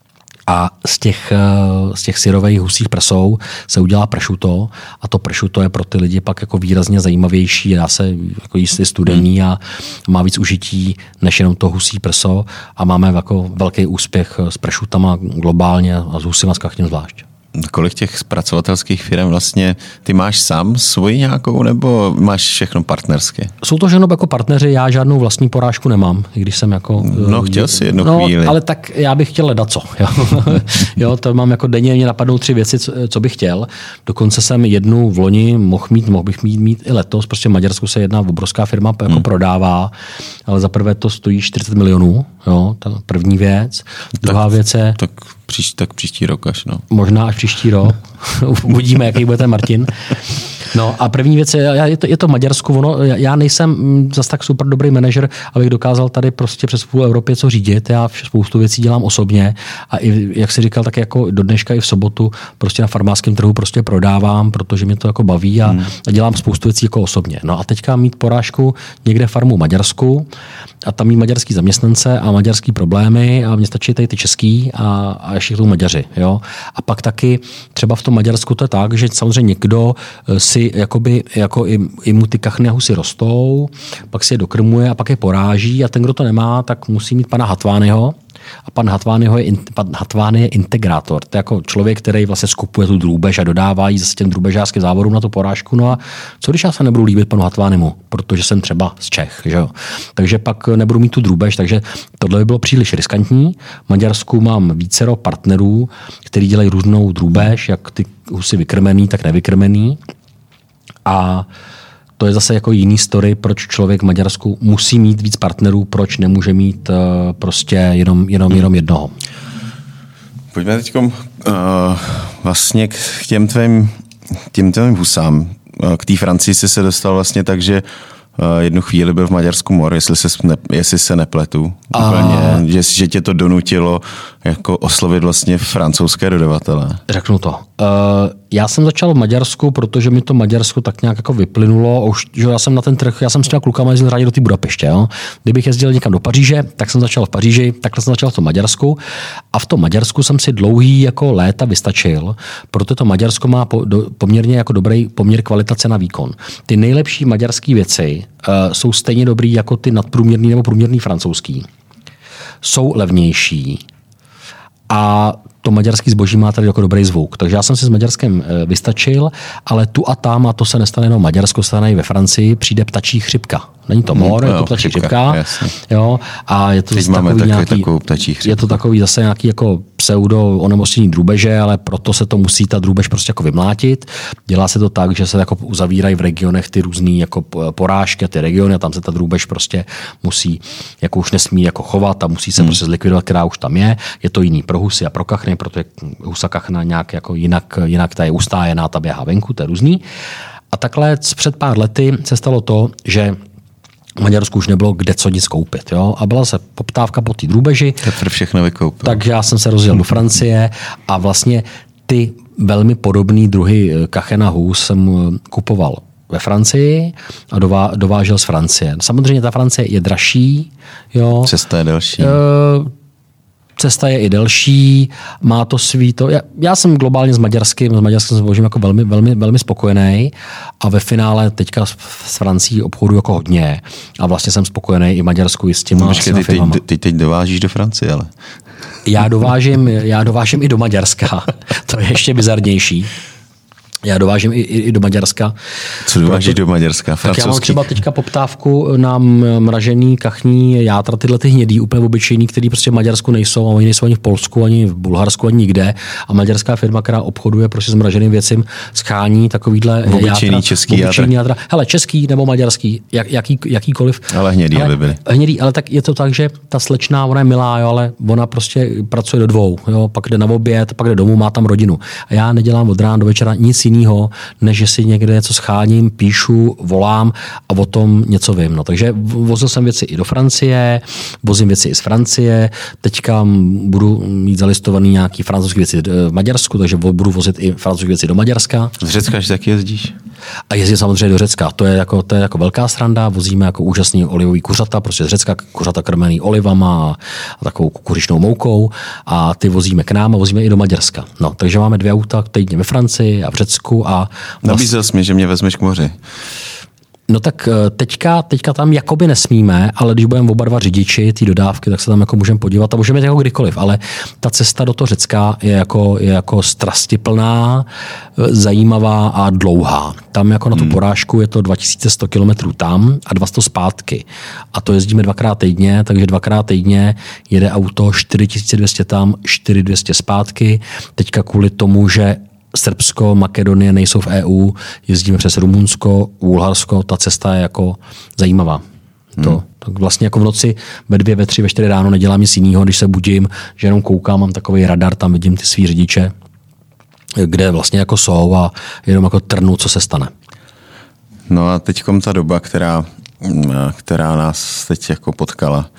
A z těch syrových husích prsou se udělá pršuto a to pršuto je pro ty lidi pak jako výrazně zajímavější, dá se jako jíst studený a má víc užití než jenom to husí prso a máme jako velký úspěch s pršutama globálně a s husima s kachním zvlášť. Kolik těch zpracovatelských firm vlastně ty máš sám svoji nějakou, nebo máš všechno partnersky? Jsou to všechno jako partneři, já žádnou vlastní porážku nemám, i když jsem jako... No, chtěl jsi jednu chvíli. Ale tak já bych chtěl ledaco. Jo, to mám jako denně, mě napadnou 3 věci, co bych chtěl. Dokonce jsem jednu v loni mohl bych mít i letos, prostě v Maďarsku se jedna obrovská firma jako prodává, ale za prvé to stojí 40 milionů, jo, ta první věc. Druhá věc je... Tak příští rok až, no. Možná až příští rok. Uvidíme, jaký bude ten Martin. No a první věc je to v Maďarsku. Já nejsem zas tak super dobrý manažer, abych dokázal tady prostě přes půl Evropě co řídit. Já spoustu věcí dělám osobně a i, jak jsi říkal, tak jako do dneška i v sobotu prostě na farmářském trhu prostě prodávám, protože mě to jako baví a dělám spoustu věcí jako osobně. No a teďka mít porážku někde farmu v Maďarsku a tam mít maďarský zaměstnance a maďarský problémy a mně stačí tady ty český a ještě jsou Maďaři. Jo? A pak taky třeba v tom Maďarsku to je tak, že samozřejmě někdo si jakoby, jako i mu ty kachny a husy rostou, pak si je dokrmuje a pak je poráží a ten, kdo to nemá, tak musí mít pana Hatványho. A pan Hatvány je integrátor. To je jako člověk, který vlastně skupuje tu drůbež a dodává jí zase těm drůbežářským závodům na tu porážku. No a co když já se nebudu líbit panu Hatvánimu, protože jsem třeba z Čech, že jo? Takže pak nebudu mít tu drůbež, takže tohle by bylo příliš riskantní. V Maďarsku mám vícero partnerů, kteří dělají různou drůbež, jak ty husy vykrmený, tak nevykrmený. A to je zase jako jiný story, proč člověk v Maďarsku musí mít víc partnerů, proč nemůže mít prostě jenom jednoho. Pojďme teď vlastně k těm tvým husám. K té Francii jsi se dostal vlastně tak, že jednu chvíli byl v Maďarsku mor, jestli se nepletu. Úplně, že tě to donutilo jako oslovit vlastně francouzské dodavatele. Řeknu to. Já jsem začal v Maďarsku, protože mi to Maďarsko tak nějak jako vyplynulo. Už, že já jsem na ten trh, já jsem s těma klukama jezdil rádi do té Budapeště. Jo? Kdybych jezdil někam do Paříže, tak jsem začal v Paříži, takhle jsem začal v tom Maďarsku. A v tom Maďarsku jsem si dlouhý jako léta vystačil, protože to Maďarsko má poměrně jako dobrý poměr kvalita cena výkon. Ty nejlepší maďarské věci jsou stejně dobrý jako ty nadprůměrný nebo průměrný francouzský. Jsou levnější a to maďarský zboží má tady jako dobrý zvuk. Takže já jsem si s Maďarskem vystačil, ale tu a tam, a to se nestane jenom v Maďarsku, stane i ve Francii, přijde ptačí chřipka. Není to mor, je to ptačí chřipka. Jo, a je to zase je to takový zase nějaký jako pseudo onemocnění drůbeže, ale proto se to musí ta drůbež prostě jako vymlátit. Dělá se to tak, že se jako uzavírají v regionech ty různý jako porážky a ty regiony a tam se ta drůbež prostě musí, jako už nesmí jako chovat a musí se prostě zlikvidovat, která už tam je. Je to jiný pro husy a pro kachny, protože husa kachna nějak jako jinak ta je ustájená, ta běhá venku, to je různý. A takhle před pár lety se stalo to, že v Maďarsku už nebylo kde co nic koupit. Jo? A byla se poptávka po té drůbeži. Teprve všechno vykoupil. Takže já jsem se rozjel do Francie a vlastně ty velmi podobné druhy kachen a hůz jsem kupoval ve Francii a dovážel z Francie. Samozřejmě ta Francie je dražší. Jo? Cesta je delší. Cesta je i delší, má to svýto. Já jsem globálně s maďarským zbožím jako velmi, velmi, velmi spokojený a ve finále teďka s Francií obchodu jako hodně a vlastně jsem spokojený i v Maďarsku i s těma firmama. Ty teď dovážíš do Francie, ale... Já dovážím i do Maďarska. To je ještě bizarnější. Já dovážím i do Maďarska. Co dovážíš do Maďarska? Tak já mám třeba teďka poptávku na mražený kachní játra, tyhle ty hnědý, úplně obyčejný, který prostě v Maďarsku nejsou a oni nejsou ani v Polsku, ani v Bulharsku, ani nikde. A maďarská firma, která obchoduje prostě s mraženým věcem, schání takovýhle obyčejný český játra. Hele, český nebo maďarský, jakýkoliv. Ale hnědý, aby byly. Hnědý, ale tak je to tak, že ta slečná, ona je milá, jo, ale ona prostě pracuje do 2, jo, pak jde na oběd, pak jde domů, má tam rodinu. A já nedělám od rána do večera nic jinýho, než že si někde něco scháním, píšu, volám a o tom něco vím. No, takže vozil jsem věci i do Francie, vozím věci i z Francie, teďka budu mít zalistovaný nějaký francouzské věci v Maďarsku, takže budu vozit i francouzské věci do Maďarska. Z Řecka taky jezdíš? A jezdím samozřejmě do Řecka. To je jako velká sranda. Vozíme jako úžasný olivový kuřata, prostě z Řecka kuřata krmený olivama a takovou kukuřičnou moukou. A ty vozíme k nám a vozíme i do Maďarska. No, takže máme 2 auta týdně ve Francii a v Řecku. A Nabízel jsi mi, že mě vezmeš k moři. No tak teďka tam jakoby nesmíme, ale když budeme oba dva řidiči ty dodávky, tak se tam jako můžeme podívat a můžeme jít jako kdykoliv, ale ta cesta do toho Řecka je jako strastiplná, zajímavá a dlouhá. Tam jako na tu porážku je to 2100 kilometrů tam a 200 zpátky. A to jezdíme 2x týdně, takže 2x týdně jede auto 4200 tam, 4200 zpátky. Teďka kvůli tomu, že Srbsko, Makedonie nejsou v EU, jezdíme přes Rumunsko, Bulharsko, ta cesta je jako zajímavá. Tak vlastně jako v noci ve 2, ve 3, ve 4 ráno nedělám nic jiného, když se budím, že jenom koukám, mám takový radar, tam vidím ty svý řidiče, kde vlastně jako jsou a jenom jako trnu, co se stane. No a teďkom ta doba, která nás teď jako potkala,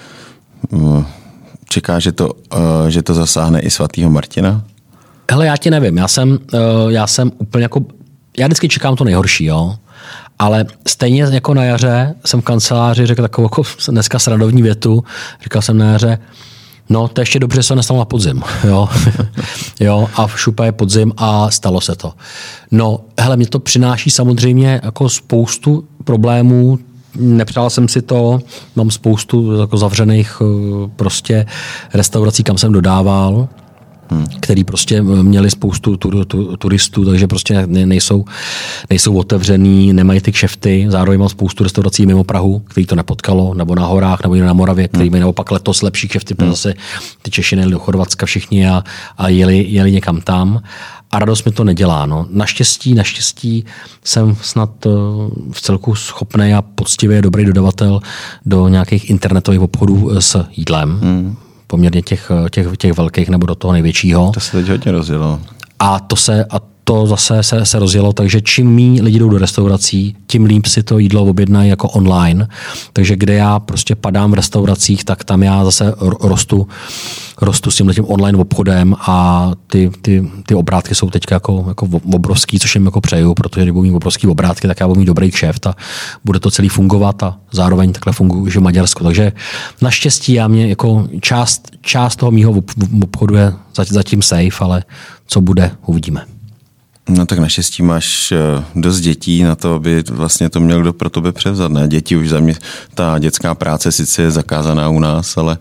čeká, že to zasáhne i svatýho Martina? Hele, já ti nevím, já jsem úplně jako, já vždycky čekám to nejhorší, jo, ale stejně jako na jaře jsem v kanceláři řekl takovou jako dneska srandovní větu, říkal jsem na jaře, no to ještě dobře, že se nestalo na podzim, jo, jo, a šupa je podzim a stalo se to. No, hele, mě to přináší samozřejmě jako spoustu problémů, nepřál jsem si to, mám spoustu jako zavřených prostě restaurací, kam jsem dodával, který prostě měli spoustu turistů, takže prostě nejsou otevřený, nemají ty kšefty. Zároveň mám spoustu restaurací mimo Prahu, který to nepotkalo, nebo na horách, nebo na Moravě, který mají naopak letos lepší kšefty, protože zase ty Češi nejeli do Chorvatska všichni a jeli někam tam. A radost mi to nedělá. No. Naštěstí jsem snad v celku schopný a poctivě dobrý dodavatel do nějakých internetových obchodů s jídlem. Poměrně těch velkých nebo do toho největšího. To se teď hodně rozjelo. A to zase se rozjelo, takže čím méně lidi jdou do restaurací, tím líp si to jídlo objednají jako online. Takže kde já prostě padám v restauracích, tak tam já zase rostu s tímhletím online obchodem a ty obrátky jsou teď jako obrovský, což jim jako přeju, protože když budu mít obrovský obrátky, tak já budu mít dobrý kšeft a bude to celý fungovat a zároveň takhle funguje v Maďarsku. Takže naštěstí já mě jako část toho mýho obchodu je zatím safe, ale co bude, uvidíme. No tak naštěstí máš dost dětí na to, aby vlastně to měl kdo pro tebe převzat. Ne? Děti už za mě, ta dětská práce sice je zakázaná u nás, ale...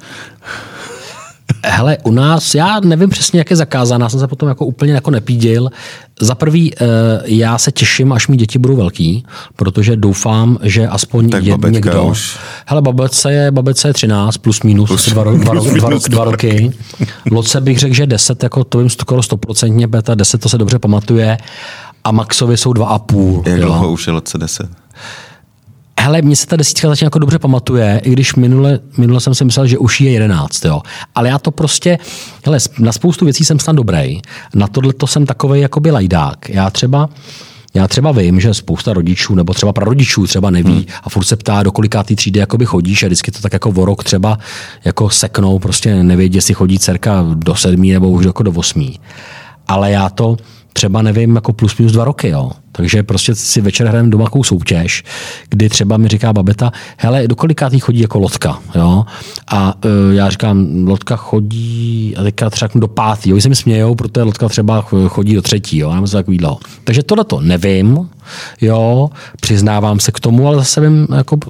Hele, u nás, já nevím přesně, jak je zakázaná, jsem se potom jako úplně jako nepídil. Za prvý, já se těším, až mý děti budou velký, protože doufám, že aspoň někdo... Už. Hele, babece je 13, plus minus, 2 roky. Loce bych řekl, že 10, jako to vím skoro 100%, beta 10, to se dobře pamatuje, a Maxovi jsou 2,5. Jak dlouho už je Loce 10? Hele, mně se ta 10 zatím jako dobře pamatuje, i když minule jsem si myslel, že už je 11, jo. Ale já to prostě, hele, na spoustu věcí jsem snad dobrý, na tohleto jsem takovej jakoby lajdák. Já třeba vím, že spousta rodičů, nebo třeba prarodičů třeba neví a furt se ptá, do kolikátý třídy jakoby chodíš a vždycky to tak jako o rok třeba jako seknou, prostě nevědí, jestli chodí dcerka do 7 nebo už jako do 8. Ale já to třeba nevím, jako plus minus 2 roky, jo. Takže prostě si večer hrajeme doma takovou soutěž, kdy třeba mi říká babeta, hele, do kolikátý chodí jako Lotka, jo. A já říkám, Lotka chodí, a teďka třeba do 5. Oni se mi smějou, protože Lotka třeba chodí do 3. Jo. Já myslím takový dlouho. Takže tohleto nevím, jo, přiznávám se k tomu, ale zase vím jako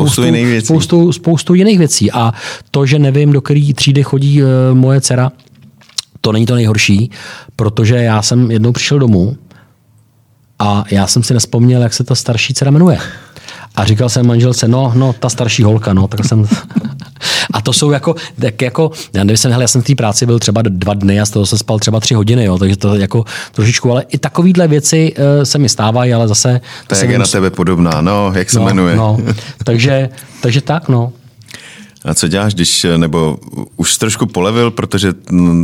spoustu jiných věcí. A to, že nevím, do který třídy chodí moje dcera, to není to nejhorší, protože já jsem jednou přišel domů a já jsem si nevzpomněl, jak se ta starší dcera jmenuje. A říkal jsem manželce, no, ta starší holka, no, tak jsem... A to jsou jako já nevím, já jsem v té práci byl třeba 2 dny a z toho jsem spal třeba 3 hodiny, jo, takže to jako trošičku, ale i takovýhle věci se mi stávají, ale zase... To je na tebe podobná, no, jak se jmenuje. No, takže tak, no. A co děláš, nebo už trošku polevil, protože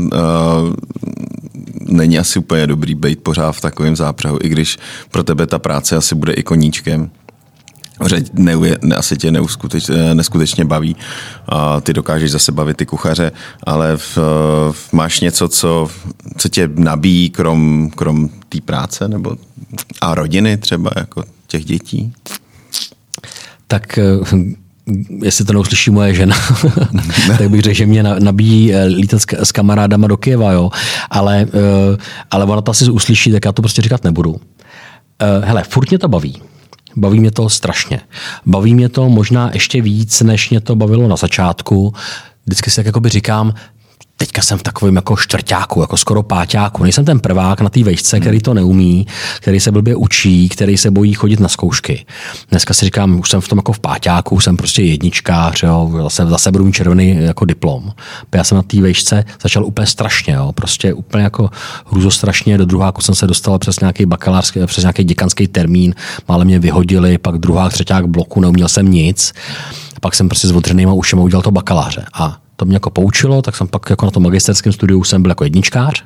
není asi úplně dobrý být pořád v takovém zápřehu, i když pro tebe ta práce asi bude i koníčkem. Asi tě neskutečně baví. Ty dokážeš zase bavit ty kuchaře, ale máš něco, co tě nabíjí krom té práce nebo a rodiny třeba, jako těch dětí? Tak jestli to neuslyší moje žena, tak bych řekl, že mě nabíjí lítat s kamarádama do Kyjeva, jo. Ale ona to asi uslyší, tak já to prostě říkat nebudu. Hele, furt mě to baví. Baví mě to strašně. Baví mě to možná ještě víc, než mě to bavilo na začátku. Vždycky si tak jakoby říkám, teďka jsem v takovém jako čtvrťáku, jako skoro páťáku. Nejsem ten prvák na té vejšce, který to neumí, který se blbě učí, který se bojí chodit na zkoušky. Dneska si říkám, už jsem v tom jako v páťáku, jsem prostě jedničkář, jo, zase budu mít červený jako diplom. Já jsem na té vejšce začal úplně strašně, jo, prostě úplně jako hrůzostrašně. Do druháku jsem se dostal přes nějaký bakalářský, přes nějaký děkanský termín, mále mě vyhodili, pak druhák, třeťák bloku, neuměl jsem nic. A pak jsem prostě s odřenýma ušema udělal to bakaláře. A to mě jako poučilo, tak jsem pak jako na tom magisterském studiu jsem byl jako jedničkář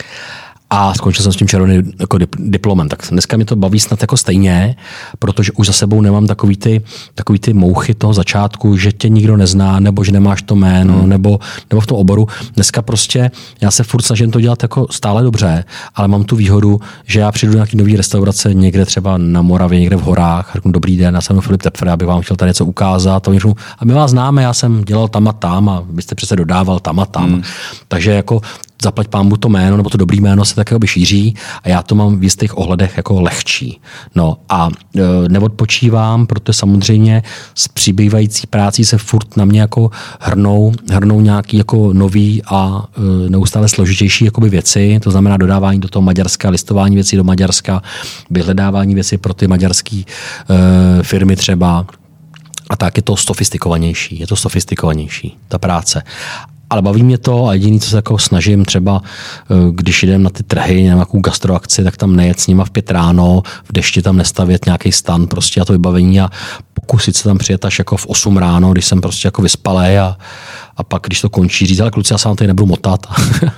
a skončil jsem s tím červeným jako diplomem. Tak dneska mi to baví snad jako stejně, protože už za sebou nemám takový ty mouchy toho začátku, že tě nikdo nezná, nebo že nemáš to jméno, nebo v tom oboru. Dneska prostě já se furt snažím to dělat jako stále dobře, ale mám tu výhodu, že já přijdu do nějaký nový restaurace někde třeba na Moravě, někde v horách, řeknu dobrý den, já jsem Filip Tepfer, abych vám chtěl tady něco ukázat. A my vás známe, já jsem dělal tam a tam a vy jste přece dodával tam a tam. Takže jako zaplať pánbu to jméno, nebo to dobrý jméno se tak jakoby šíří a já to mám v jistých ohledech jako lehčí. No a neodpočívám, protože samozřejmě s přibývající prácí se furt na mě jako hrnou nějaký jako nový a neustále složitější jakoby věci, to znamená dodávání do toho Maďarska, listování věcí do Maďarska, vyhledávání věcí pro ty maďarské firmy třeba. A tak je to sofistikovanější, ta práce. Ale baví mě to a jediný, co se jako snažím třeba, když jdem na ty trhy, nějakou gastroakci, tak tam nejet s nima v 5 ráno, v dešti tam nestavět nějaký stan prostě a to vybavení a pokusit se tam přijet až jako v 8 ráno, když jsem prostě jako vyspalej a pak, když to končí, říct, ale kluci, já se vám tady nebudu motat.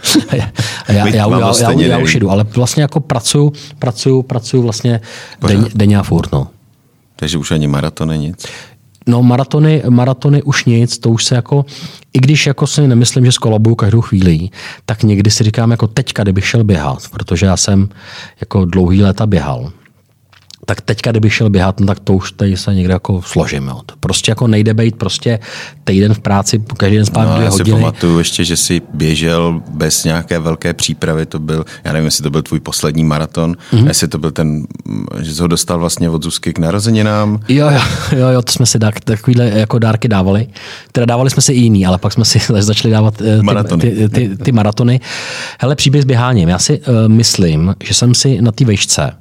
já už jdu, ale vlastně jako pracuju vlastně denně a furt, no. Takže už ani maratony nic? No maratony už nic, to už se jako, i když jako si nemyslím, že skolabuju každou chvíli, tak někdy si říkám jako teďka, kdybych šel běhat, protože já jsem jako dlouhý léta běhal. Tak teďka, kdybych šel běhat, no tak to už tady se někde jako složím. Jo. To prostě jako nejde být prostě týden v práci, každý den spát 2 hodiny. Já si pamatuju ještě, že jsi běžel bez nějaké velké přípravy, to byl, já nevím, jestli to byl tvůj poslední maraton, jestli to byl ten, že jsi ho dostal vlastně od Zuzky k narozeninám. Jo, to jsme si takovýhle jako dárky dávali. Teda dávali jsme si i jiný, ale pak jsme si začali dávat ty maratony. Hele, příběh s běháním. Já si myslím, že jsem si na té vejšce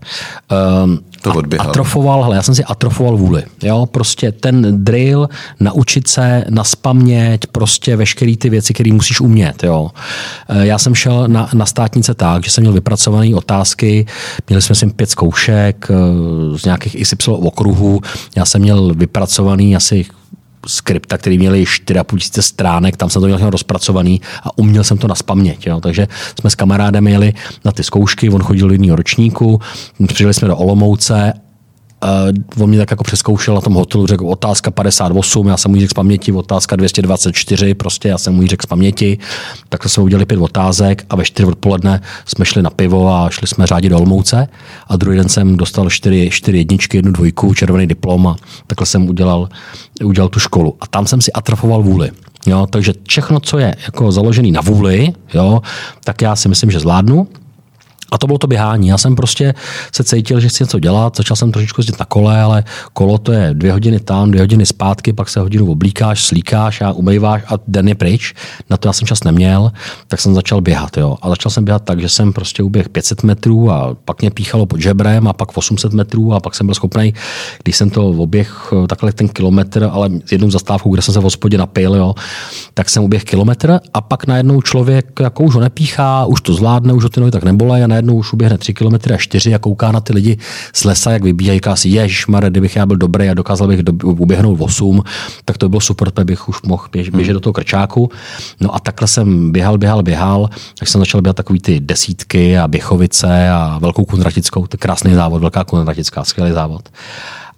já jsem si atrofoval vůli. Jo, prostě ten drill, naučit se naspaměť, prostě veškeré ty věci, které musíš umět. Jo. Já jsem šel na státnice tak, že jsem měl vypracované otázky, měli jsme si 5 zkoušek z nějakých XY okruhů, já jsem měl vypracovaný asi skripta, který měli 4,5 stránek, tam jsem to měl rozpracovaný a uměl jsem to naspaměť. Jo. Takže jsme s kamarádem jeli na ty zkoušky, on chodil do jiného ročníku, přijeli jsme do Olomouce, on mě tak jako přeskoušel na tom hotelu, řekl otázka 58, já jsem mu ji řekl z paměti, otázka 224, prostě já jsem mu ji řekl z paměti, tak jsme udělali 5 otázek a ve 4 odpoledne jsme šli na pivo a šli jsme řádit do Olomouce a druhý den jsem dostal 4 jedničky, 1 2, červený diplom a takhle jsem udělal tu školu a tam jsem si atrofoval vůli. Jo, takže všechno, co je jako založený na vůli, jo, tak já si myslím, že zvládnu. A to bylo to běhání. Já jsem prostě se cítil, že chci něco dělat. Začal jsem trošičku jezdit na kole, ale kolo to je 2 hodiny tam, 2 hodiny zpátky, pak se hodinu oblíkáš, slíkáš a umýváš a den je pryč. Na to já jsem čas neměl, tak jsem začal běhat. Jo. A začal jsem běhat tak, že jsem prostě uběhl 500 metrů a pak mě píchalo pod žebrem a pak 800 metrů a pak jsem byl schopný, když jsem to oběh takhle ten kilometr, ale s jednou zastávkou, kde jsem se v hospodě napil, jo, tak jsem uběhl kilometr a pak najednou člověk jako už ho nepíchá, už to zvládne, už ho ty nohy tak nebolej a najednou už uběhne 3 kilometry a 4 a kouká na ty lidi z lesa, jak vybíhají, říká si, ježmare, kdybych já byl dobrý a dokázal bych uběhnout 8, tak to bylo super, tak bych už mohl běžet do toho krčáku. No a takhle jsem běhal, tak jsem začal běhat takový ty desítky a Běchovice a Velkou Kunratickou, to je krásný závod, Velká Kunratická, skvělý závod.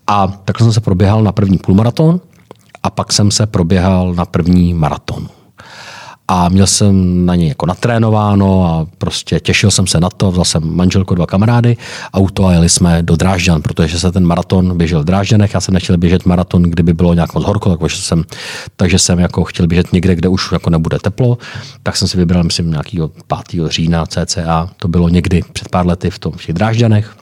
A takhle jsem se proběhal na první půlmaraton a pak jsem se proběhal na první maraton. A měl jsem na něj jako natrénováno a prostě těšil jsem se na to, vzal jsem manželku, 2 kamarády, auto a jeli jsme do Drážďan, protože se ten maraton běžel v Drážďanech, já jsem nechtěl běžet maraton, kdyby bylo nějak moc horko, takže jsem jako chtěl běžet někde, kde už jako nebude teplo, tak jsem si vybral, myslím, nějakého 5. října cca, to bylo někdy před pár lety v těch Drážďanech.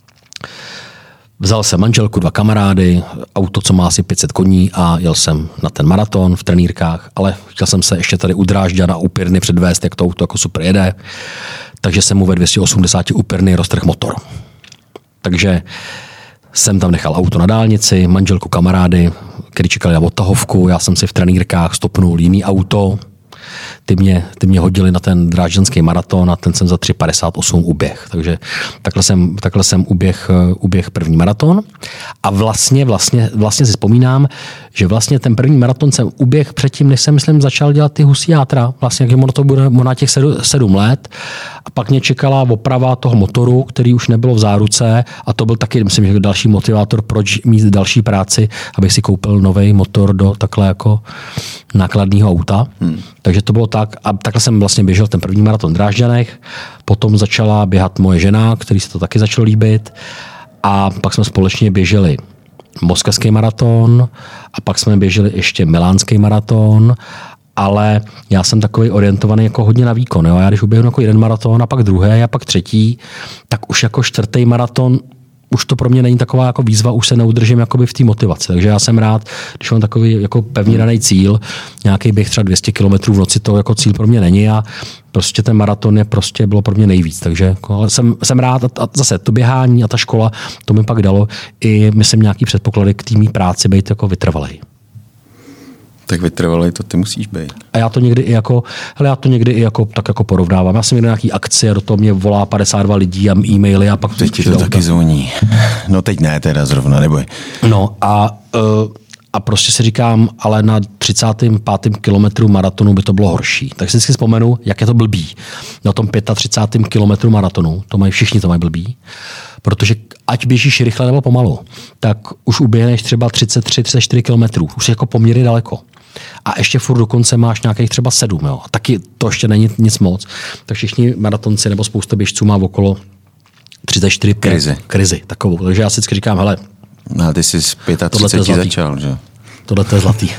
Vzal jsem manželku, 2 kamarády, auto, co má asi 500 koní a jel jsem na ten maraton v trenýrkách, ale chtěl jsem se ještě tady u Drážďana u Pirny předvést, jak to auto jako super jede, takže jsem mu ve 280 u Pirny roztrhl motor. Takže jsem tam nechal auto na dálnici, manželku, kamarády, kteří čekali na odtahovku, já jsem si v trenýrkách stopnul jiný auto, ty mě hodili na ten drážďanský maraton a ten jsem za 3,58 uběh. Takže takhle jsem uběh první maraton. A vlastně si vzpomínám, že vlastně ten první maraton jsem uběh předtím, než jsem, myslím, začal dělat ty husí játra. Vlastně, jak ono to bude na těch 7 let. A pak mě čekala oprava toho motoru, který už nebylo v záruce a to byl taky, myslím, že další motivátor, proč mít další práci, abych si koupil nový motor do takhle jako nákladního auta. Takže to bylo tak. A takhle jsem vlastně běžel ten první maraton v Drážďanech. Potom začala běhat moje žena, který se to taky začalo líbit. A pak jsme společně běželi moskevský maraton a pak jsme běželi ještě milánský maraton, ale já jsem takový orientovaný jako hodně na výkon. Jo? Já když uběhnu jako jeden maraton a pak druhý a pak třetí, tak už jako 4. maraton už to pro mě není taková jako výzva, už se neudržím jakoby v té motivaci. Takže já jsem rád, když mám takový jako pevně daný cíl, nějaký běh třeba 200 km v noci, to jako cíl pro mě není a prostě ten maraton bylo pro mě nejvíc. Takže jako, jsem rád a zase to běhání a ta škola, to mi pak dalo i, myslím, nějaký předpoklady k týmí práci být jako vytrvalej. Tak vytrvalej to ty musíš být. A já to někdy i jako tak jako porovnávám. Já jsem někde nějaký akci a do toho mě volá 52 lidí a e-maily a pak teď ti to taky zvoní. No teď ne teda zrovna, neboj. No a prostě si říkám, ale na 35. kilometru maratonu by to bylo horší. Tak si vždycky vzpomenu, jak je to blbý. Na tom 35. kilometru maratonu, všichni to mají blbý, protože ať běžíš rychle nebo pomalu, tak už uběhneš třeba 33-34 kilometrů. Už je jako poměrně daleko. A ještě furt dokonce máš nějakých třeba 7. Jo. A taky to ještě není nic moc. Tak všichni maratonci nebo spousta běžců má okolo 34 krizi takovou. Takže já si vždycky říkám, hele, no, ty jsi z 35 začal, že? Tohle to je zlatý.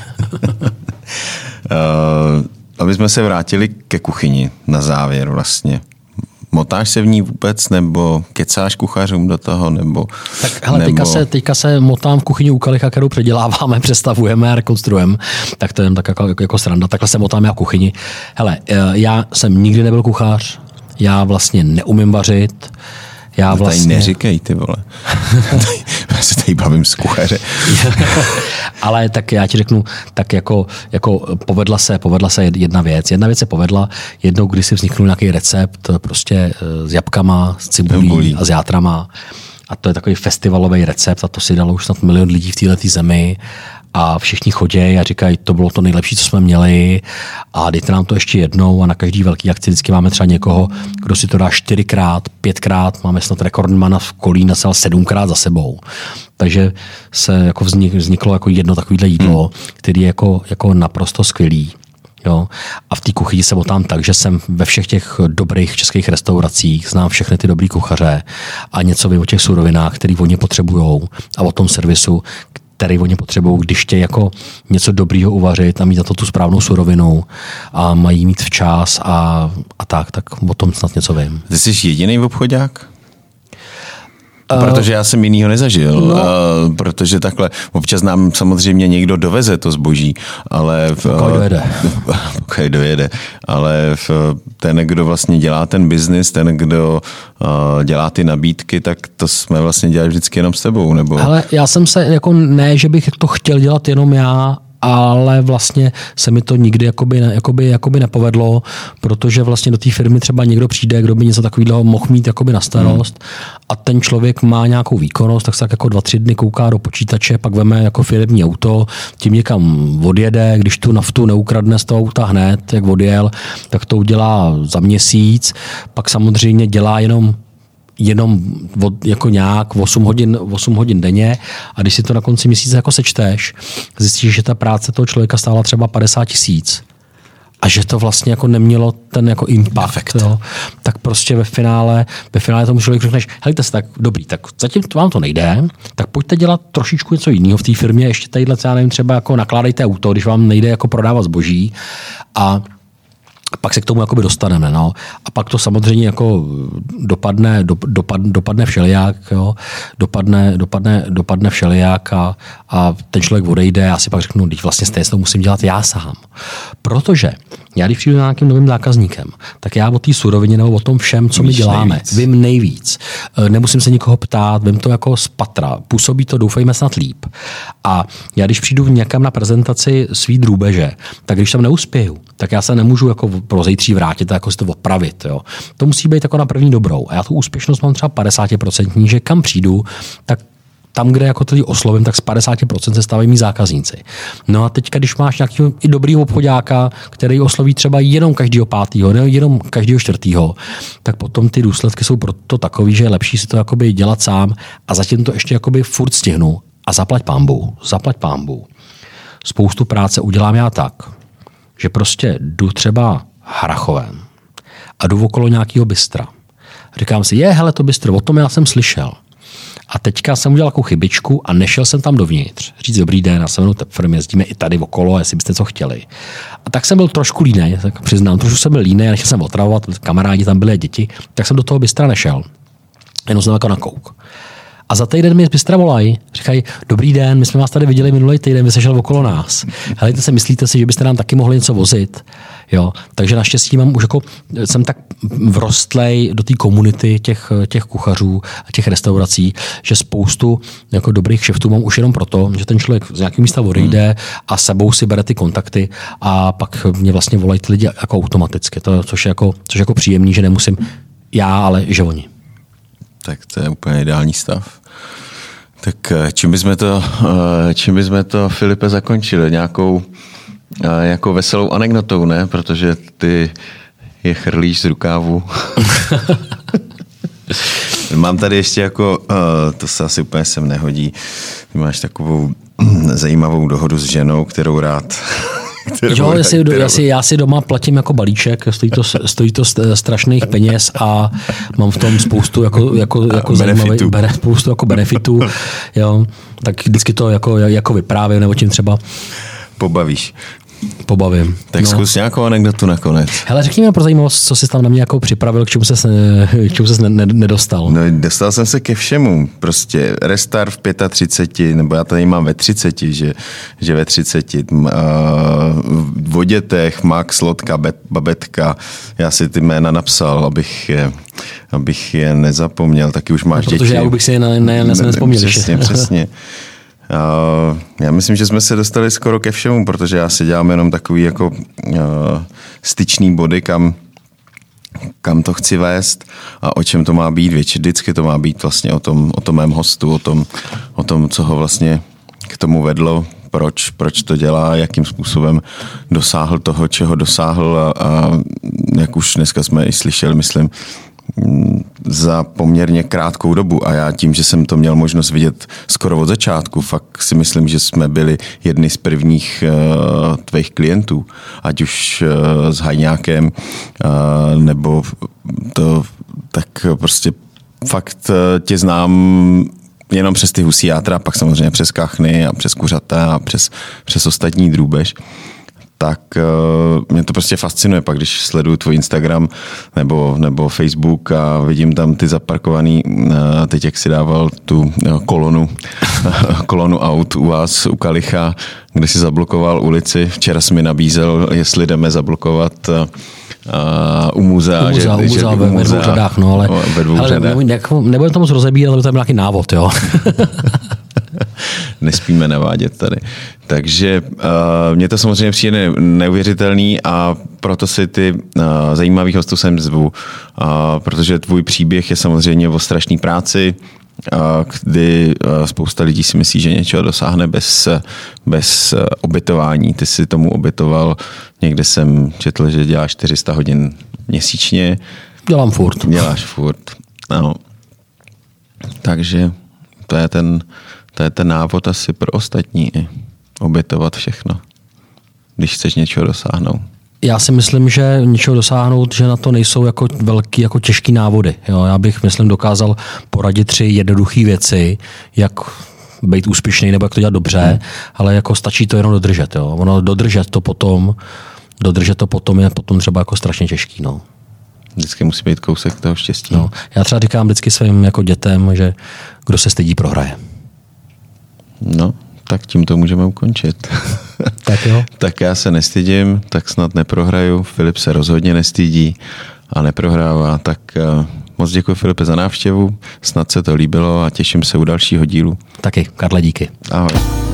Aby jsme se vrátili ke kuchyni na závěr vlastně. Motáš se v ní vůbec, nebo kecáš kuchařům do toho, nebo... Tak hele, teďka se motám v kuchyni u Kalicha, kterou předěláváme, přestavujeme a rekonstruujeme, tak to je tak jako sranda. Takhle se motám já v kuchyni. Hele, já jsem nikdy nebyl kuchař, já vlastně neumím vařit, já vlastně... Tady neříkej, ty vole. Já se tady bavím z kuchaře. Ale tak já ti řeknu, tak jako povedla se jedna věc. Jedna věc se povedla, jednou, když si vzniknul nějaký recept prostě s jabkama, s cibulí a s játrama. A to je takový festivalový recept a to si dalo už snad 1 milion lidí v této zemi. A všichni chodí a říkají, to bylo to nejlepší, co jsme měli a dejte nám to ještě jednou a na každý velký akci vždycky máme třeba někoho, kdo si to dá 4x, 5x, máme snad rekordmana v Kolíně 7x za sebou. Takže se jako vzniklo jako jedno takovýhle jídlo, který je jako naprosto skvělý. Jo. A v té kuchyni se motám tak, že jsem ve všech těch dobrých českých restauracích, znám všechny ty dobrý kuchaře a něco vím o těch surovinách, který oni potřebujou a o tom servisu, který oni potřebují, když chtějí jako něco dobrýho uvařit a mít na to tu správnou surovinu a mají mít včas a tak o tom snad něco vím. Ty jsi jediný obchodák? Protože já jsem jinýho nezažil, protože takhle občas nám samozřejmě někdo doveze to zboží, ale pokud dojede, ale ten, kdo vlastně dělá ten biznis, ten, kdo dělá ty nabídky, tak to jsme vlastně dělali vždycky jenom s tebou, nebo? Hele, já jsem se jako ne, že bych to chtěl dělat jenom já, ale vlastně se mi to nikdy jakoby nepovedlo, protože vlastně do té firmy třeba někdo přijde, kdo by něco takového mohl mít jakoby na starost a ten člověk má nějakou výkonnost, tak se tak jako 2-3 dny kouká do počítače, pak veme jako firemní auto, tím někam odjede, když tu naftu neukradne z toho auta hned, jak odjel, tak to udělá za měsíc, pak samozřejmě dělá jenom jenom jako nějak 8 hodin denně a když si to na konci měsíce jako sečteš, zjistíš, že ta práce toho člověka stála třeba 50 000 a že to vlastně jako nemělo ten jako impact, jo, tak prostě ve finále tomu člověku řekneš, helejte se, tak dobrý, tak zatím vám to nejde, tak pojďte dělat trošičku něco jiného v té firmě, ještě tadyhle, já nevím, třeba jako nakládejte auto, když vám nejde jako prodávat zboží a pak se k tomu jakoby dostaneme, no. A pak to samozřejmě jako dopadne všelijak, jo. Dopadne všelijak a ten člověk odejde a já si pak řeknu, teď vlastně stejně to musím dělat já sám. Protože já, když přijdu nějakým novým zákazníkem, tak já o té surovině nebo o tom všem, co my děláme, vím nejvíc. Nemusím se nikoho ptát, vím to jako z patra. Působí to, doufejme, snad líp. A já, když přijdu někam na prezentaci svý drůbeže, tak když tam neuspěju, tak já se nemůžu jako pro zítří vrátit a jako si to opravit. Jo. To musí být jako na první dobrou. A já tu úspěšnost mám třeba 50%, že kam přijdu, tak tam, kde jako to oslovím, tak z 50% se stávají mý zákazníci. No a teďka, když máš nějakého i dobrýho obchodáka, který osloví třeba jenom každého 5., jenom každého 4., tak potom ty důsledky jsou proto takový, že je lepší si to jakoby dělat sám a zatím to ještě jakoby furt stihnu a zaplať pánbůh. Spoustu práce udělám já tak, že prostě jdu třeba Harrachovem a jdu okolo nějakého bystra. Říkám si, hele, to bystro, o tom já jsem slyšel. A teďka jsem udělal takovou chybičku a nešel jsem tam dovnitř. Říct dobrý den, já jsem mnou firmy, jezdíme i tady okolo, jestli byste co chtěli. A tak jsem byl trošku línej, tak přiznám, trošku jsem byl línej, nechtěl jsem otravovat, kamarádi tam byli děti, tak jsem do toho bystra nešel. Jenom jsem jako na kouk. A za týden mi z bystra volají, říkají, dobrý den, my jsme vás tady viděli minulý týden, vy jste šel okolo nás. Helejte se, myslíte si, že byste nám taky mohli něco vozit? Jo, takže naštěstí mám už jako, jsem tak vrostlej do té komunity těch kuchařů a těch restaurací, že spoustu jako dobrých kšeftů mám už jenom proto, že ten člověk z nějakého místa odejde a sebou si bere ty kontakty a pak mě vlastně volají ty lidi jako automaticky, což je jako příjemný, že nemusím já, ale že oni. Tak to je úplně ideální stav. Tak čím bychom to, Filipe, zakončili? Nějakou jako veselou anekdotou, ne? Protože ty je chrlíš z rukávu. Mám tady ještě jako, to se asi úplně sem nehodí, ty máš takovou zajímavou dohodu s ženou, kterou rád... Jo, já si doma platím jako balíček, stojí to strašných peněz a mám v tom spoustu jako zajímavých spoustu jako benefitů. Jo, tak vždycky to jako vyprávím, nebo tím třeba pobavím. Tak zkus nějakou anekdotu nakonec. Hele, řekni mi pro zajímavost, co jsi tam na mě jako připravil, k čemu ses nedostal. No, dostal jsem se ke všemu. Prostě restart v 35, nebo já tady mám ve 30, že ve 30. O dětech, Max, Lotka, Babetka. Já si ty jména napsal, abych je nezapomněl. Taky už máš děti. Protože já bych si je nespomněl. Přesně. Já myslím, že jsme se dostali skoro ke všemu, protože já si dělám jenom takový jako styčný body, kam to chci vést a o čem to má být. Vždycky to má být vlastně o tom mém hostu, o tom, co ho vlastně k tomu vedlo, proč to dělá, jakým způsobem dosáhl toho, čeho dosáhl a jak už dneska jsme i slyšeli, myslím, za poměrně krátkou dobu a já tím, že jsem to měl možnost vidět skoro od začátku, fakt si myslím, že jsme byli jedni z prvních tvých klientů, ať už s Hajňákem nebo to, tak prostě fakt tě znám jenom přes ty husí játra, pak samozřejmě přes kachny a přes kuřata a přes ostatní drůbež. Tak mě to prostě fascinuje, pak když sleduju tvůj Instagram nebo Facebook a vidím tam ty zaparkovaný, teď jak si dával tu kolonu aut u vás, u Kalicha, kde si zablokoval ulici. Včera jsi mi nabízel, jestli jdeme zablokovat u muzea. Ve dvou řadách, no ale nebudeme to moc rozebírat, ale to je nějaký návod, jo. Nespíme navádět tady. Takže mě to samozřejmě přijde neuvěřitelný a proto si ty zajímavý hostů sem zvu, protože tvůj příběh je samozřejmě o strašné práci, kdy spousta lidí si myslí, že něčeho dosáhne bez obětování. Ty si tomu obětoval, někde jsem četl, že děláš 400 hodin měsíčně. Dělám furt. Děláš furt, ano. Takže to je ten návod asi pro ostatní i obětovat všechno, když chceš něčeho dosáhnout. Já si myslím, že něčeho dosáhnout, že na to nejsou jako velký, jako těžký návody. Jo, já bych, myslím, dokázal poradit 3 jednoduché věci, jak být úspěšný nebo jak to dělat dobře, ale jako stačí to jenom dodržet. Jo. Ono dodržet to potom je potom třeba jako strašně těžký. No. Vždycky musí být kousek toho štěstí. No. Já třeba říkám vždycky svým jako dětem, že kdo se stydí, prohraje. No, tak tím to můžeme ukončit. Tak jo. Tak já se nestydím, tak snad neprohraju. Filip se rozhodně nestydí a neprohrává. Tak moc děkuji, Filipe, za návštěvu. Snad se to líbilo a těším se u dalšího dílu. Taky, Karle, díky. Ahoj.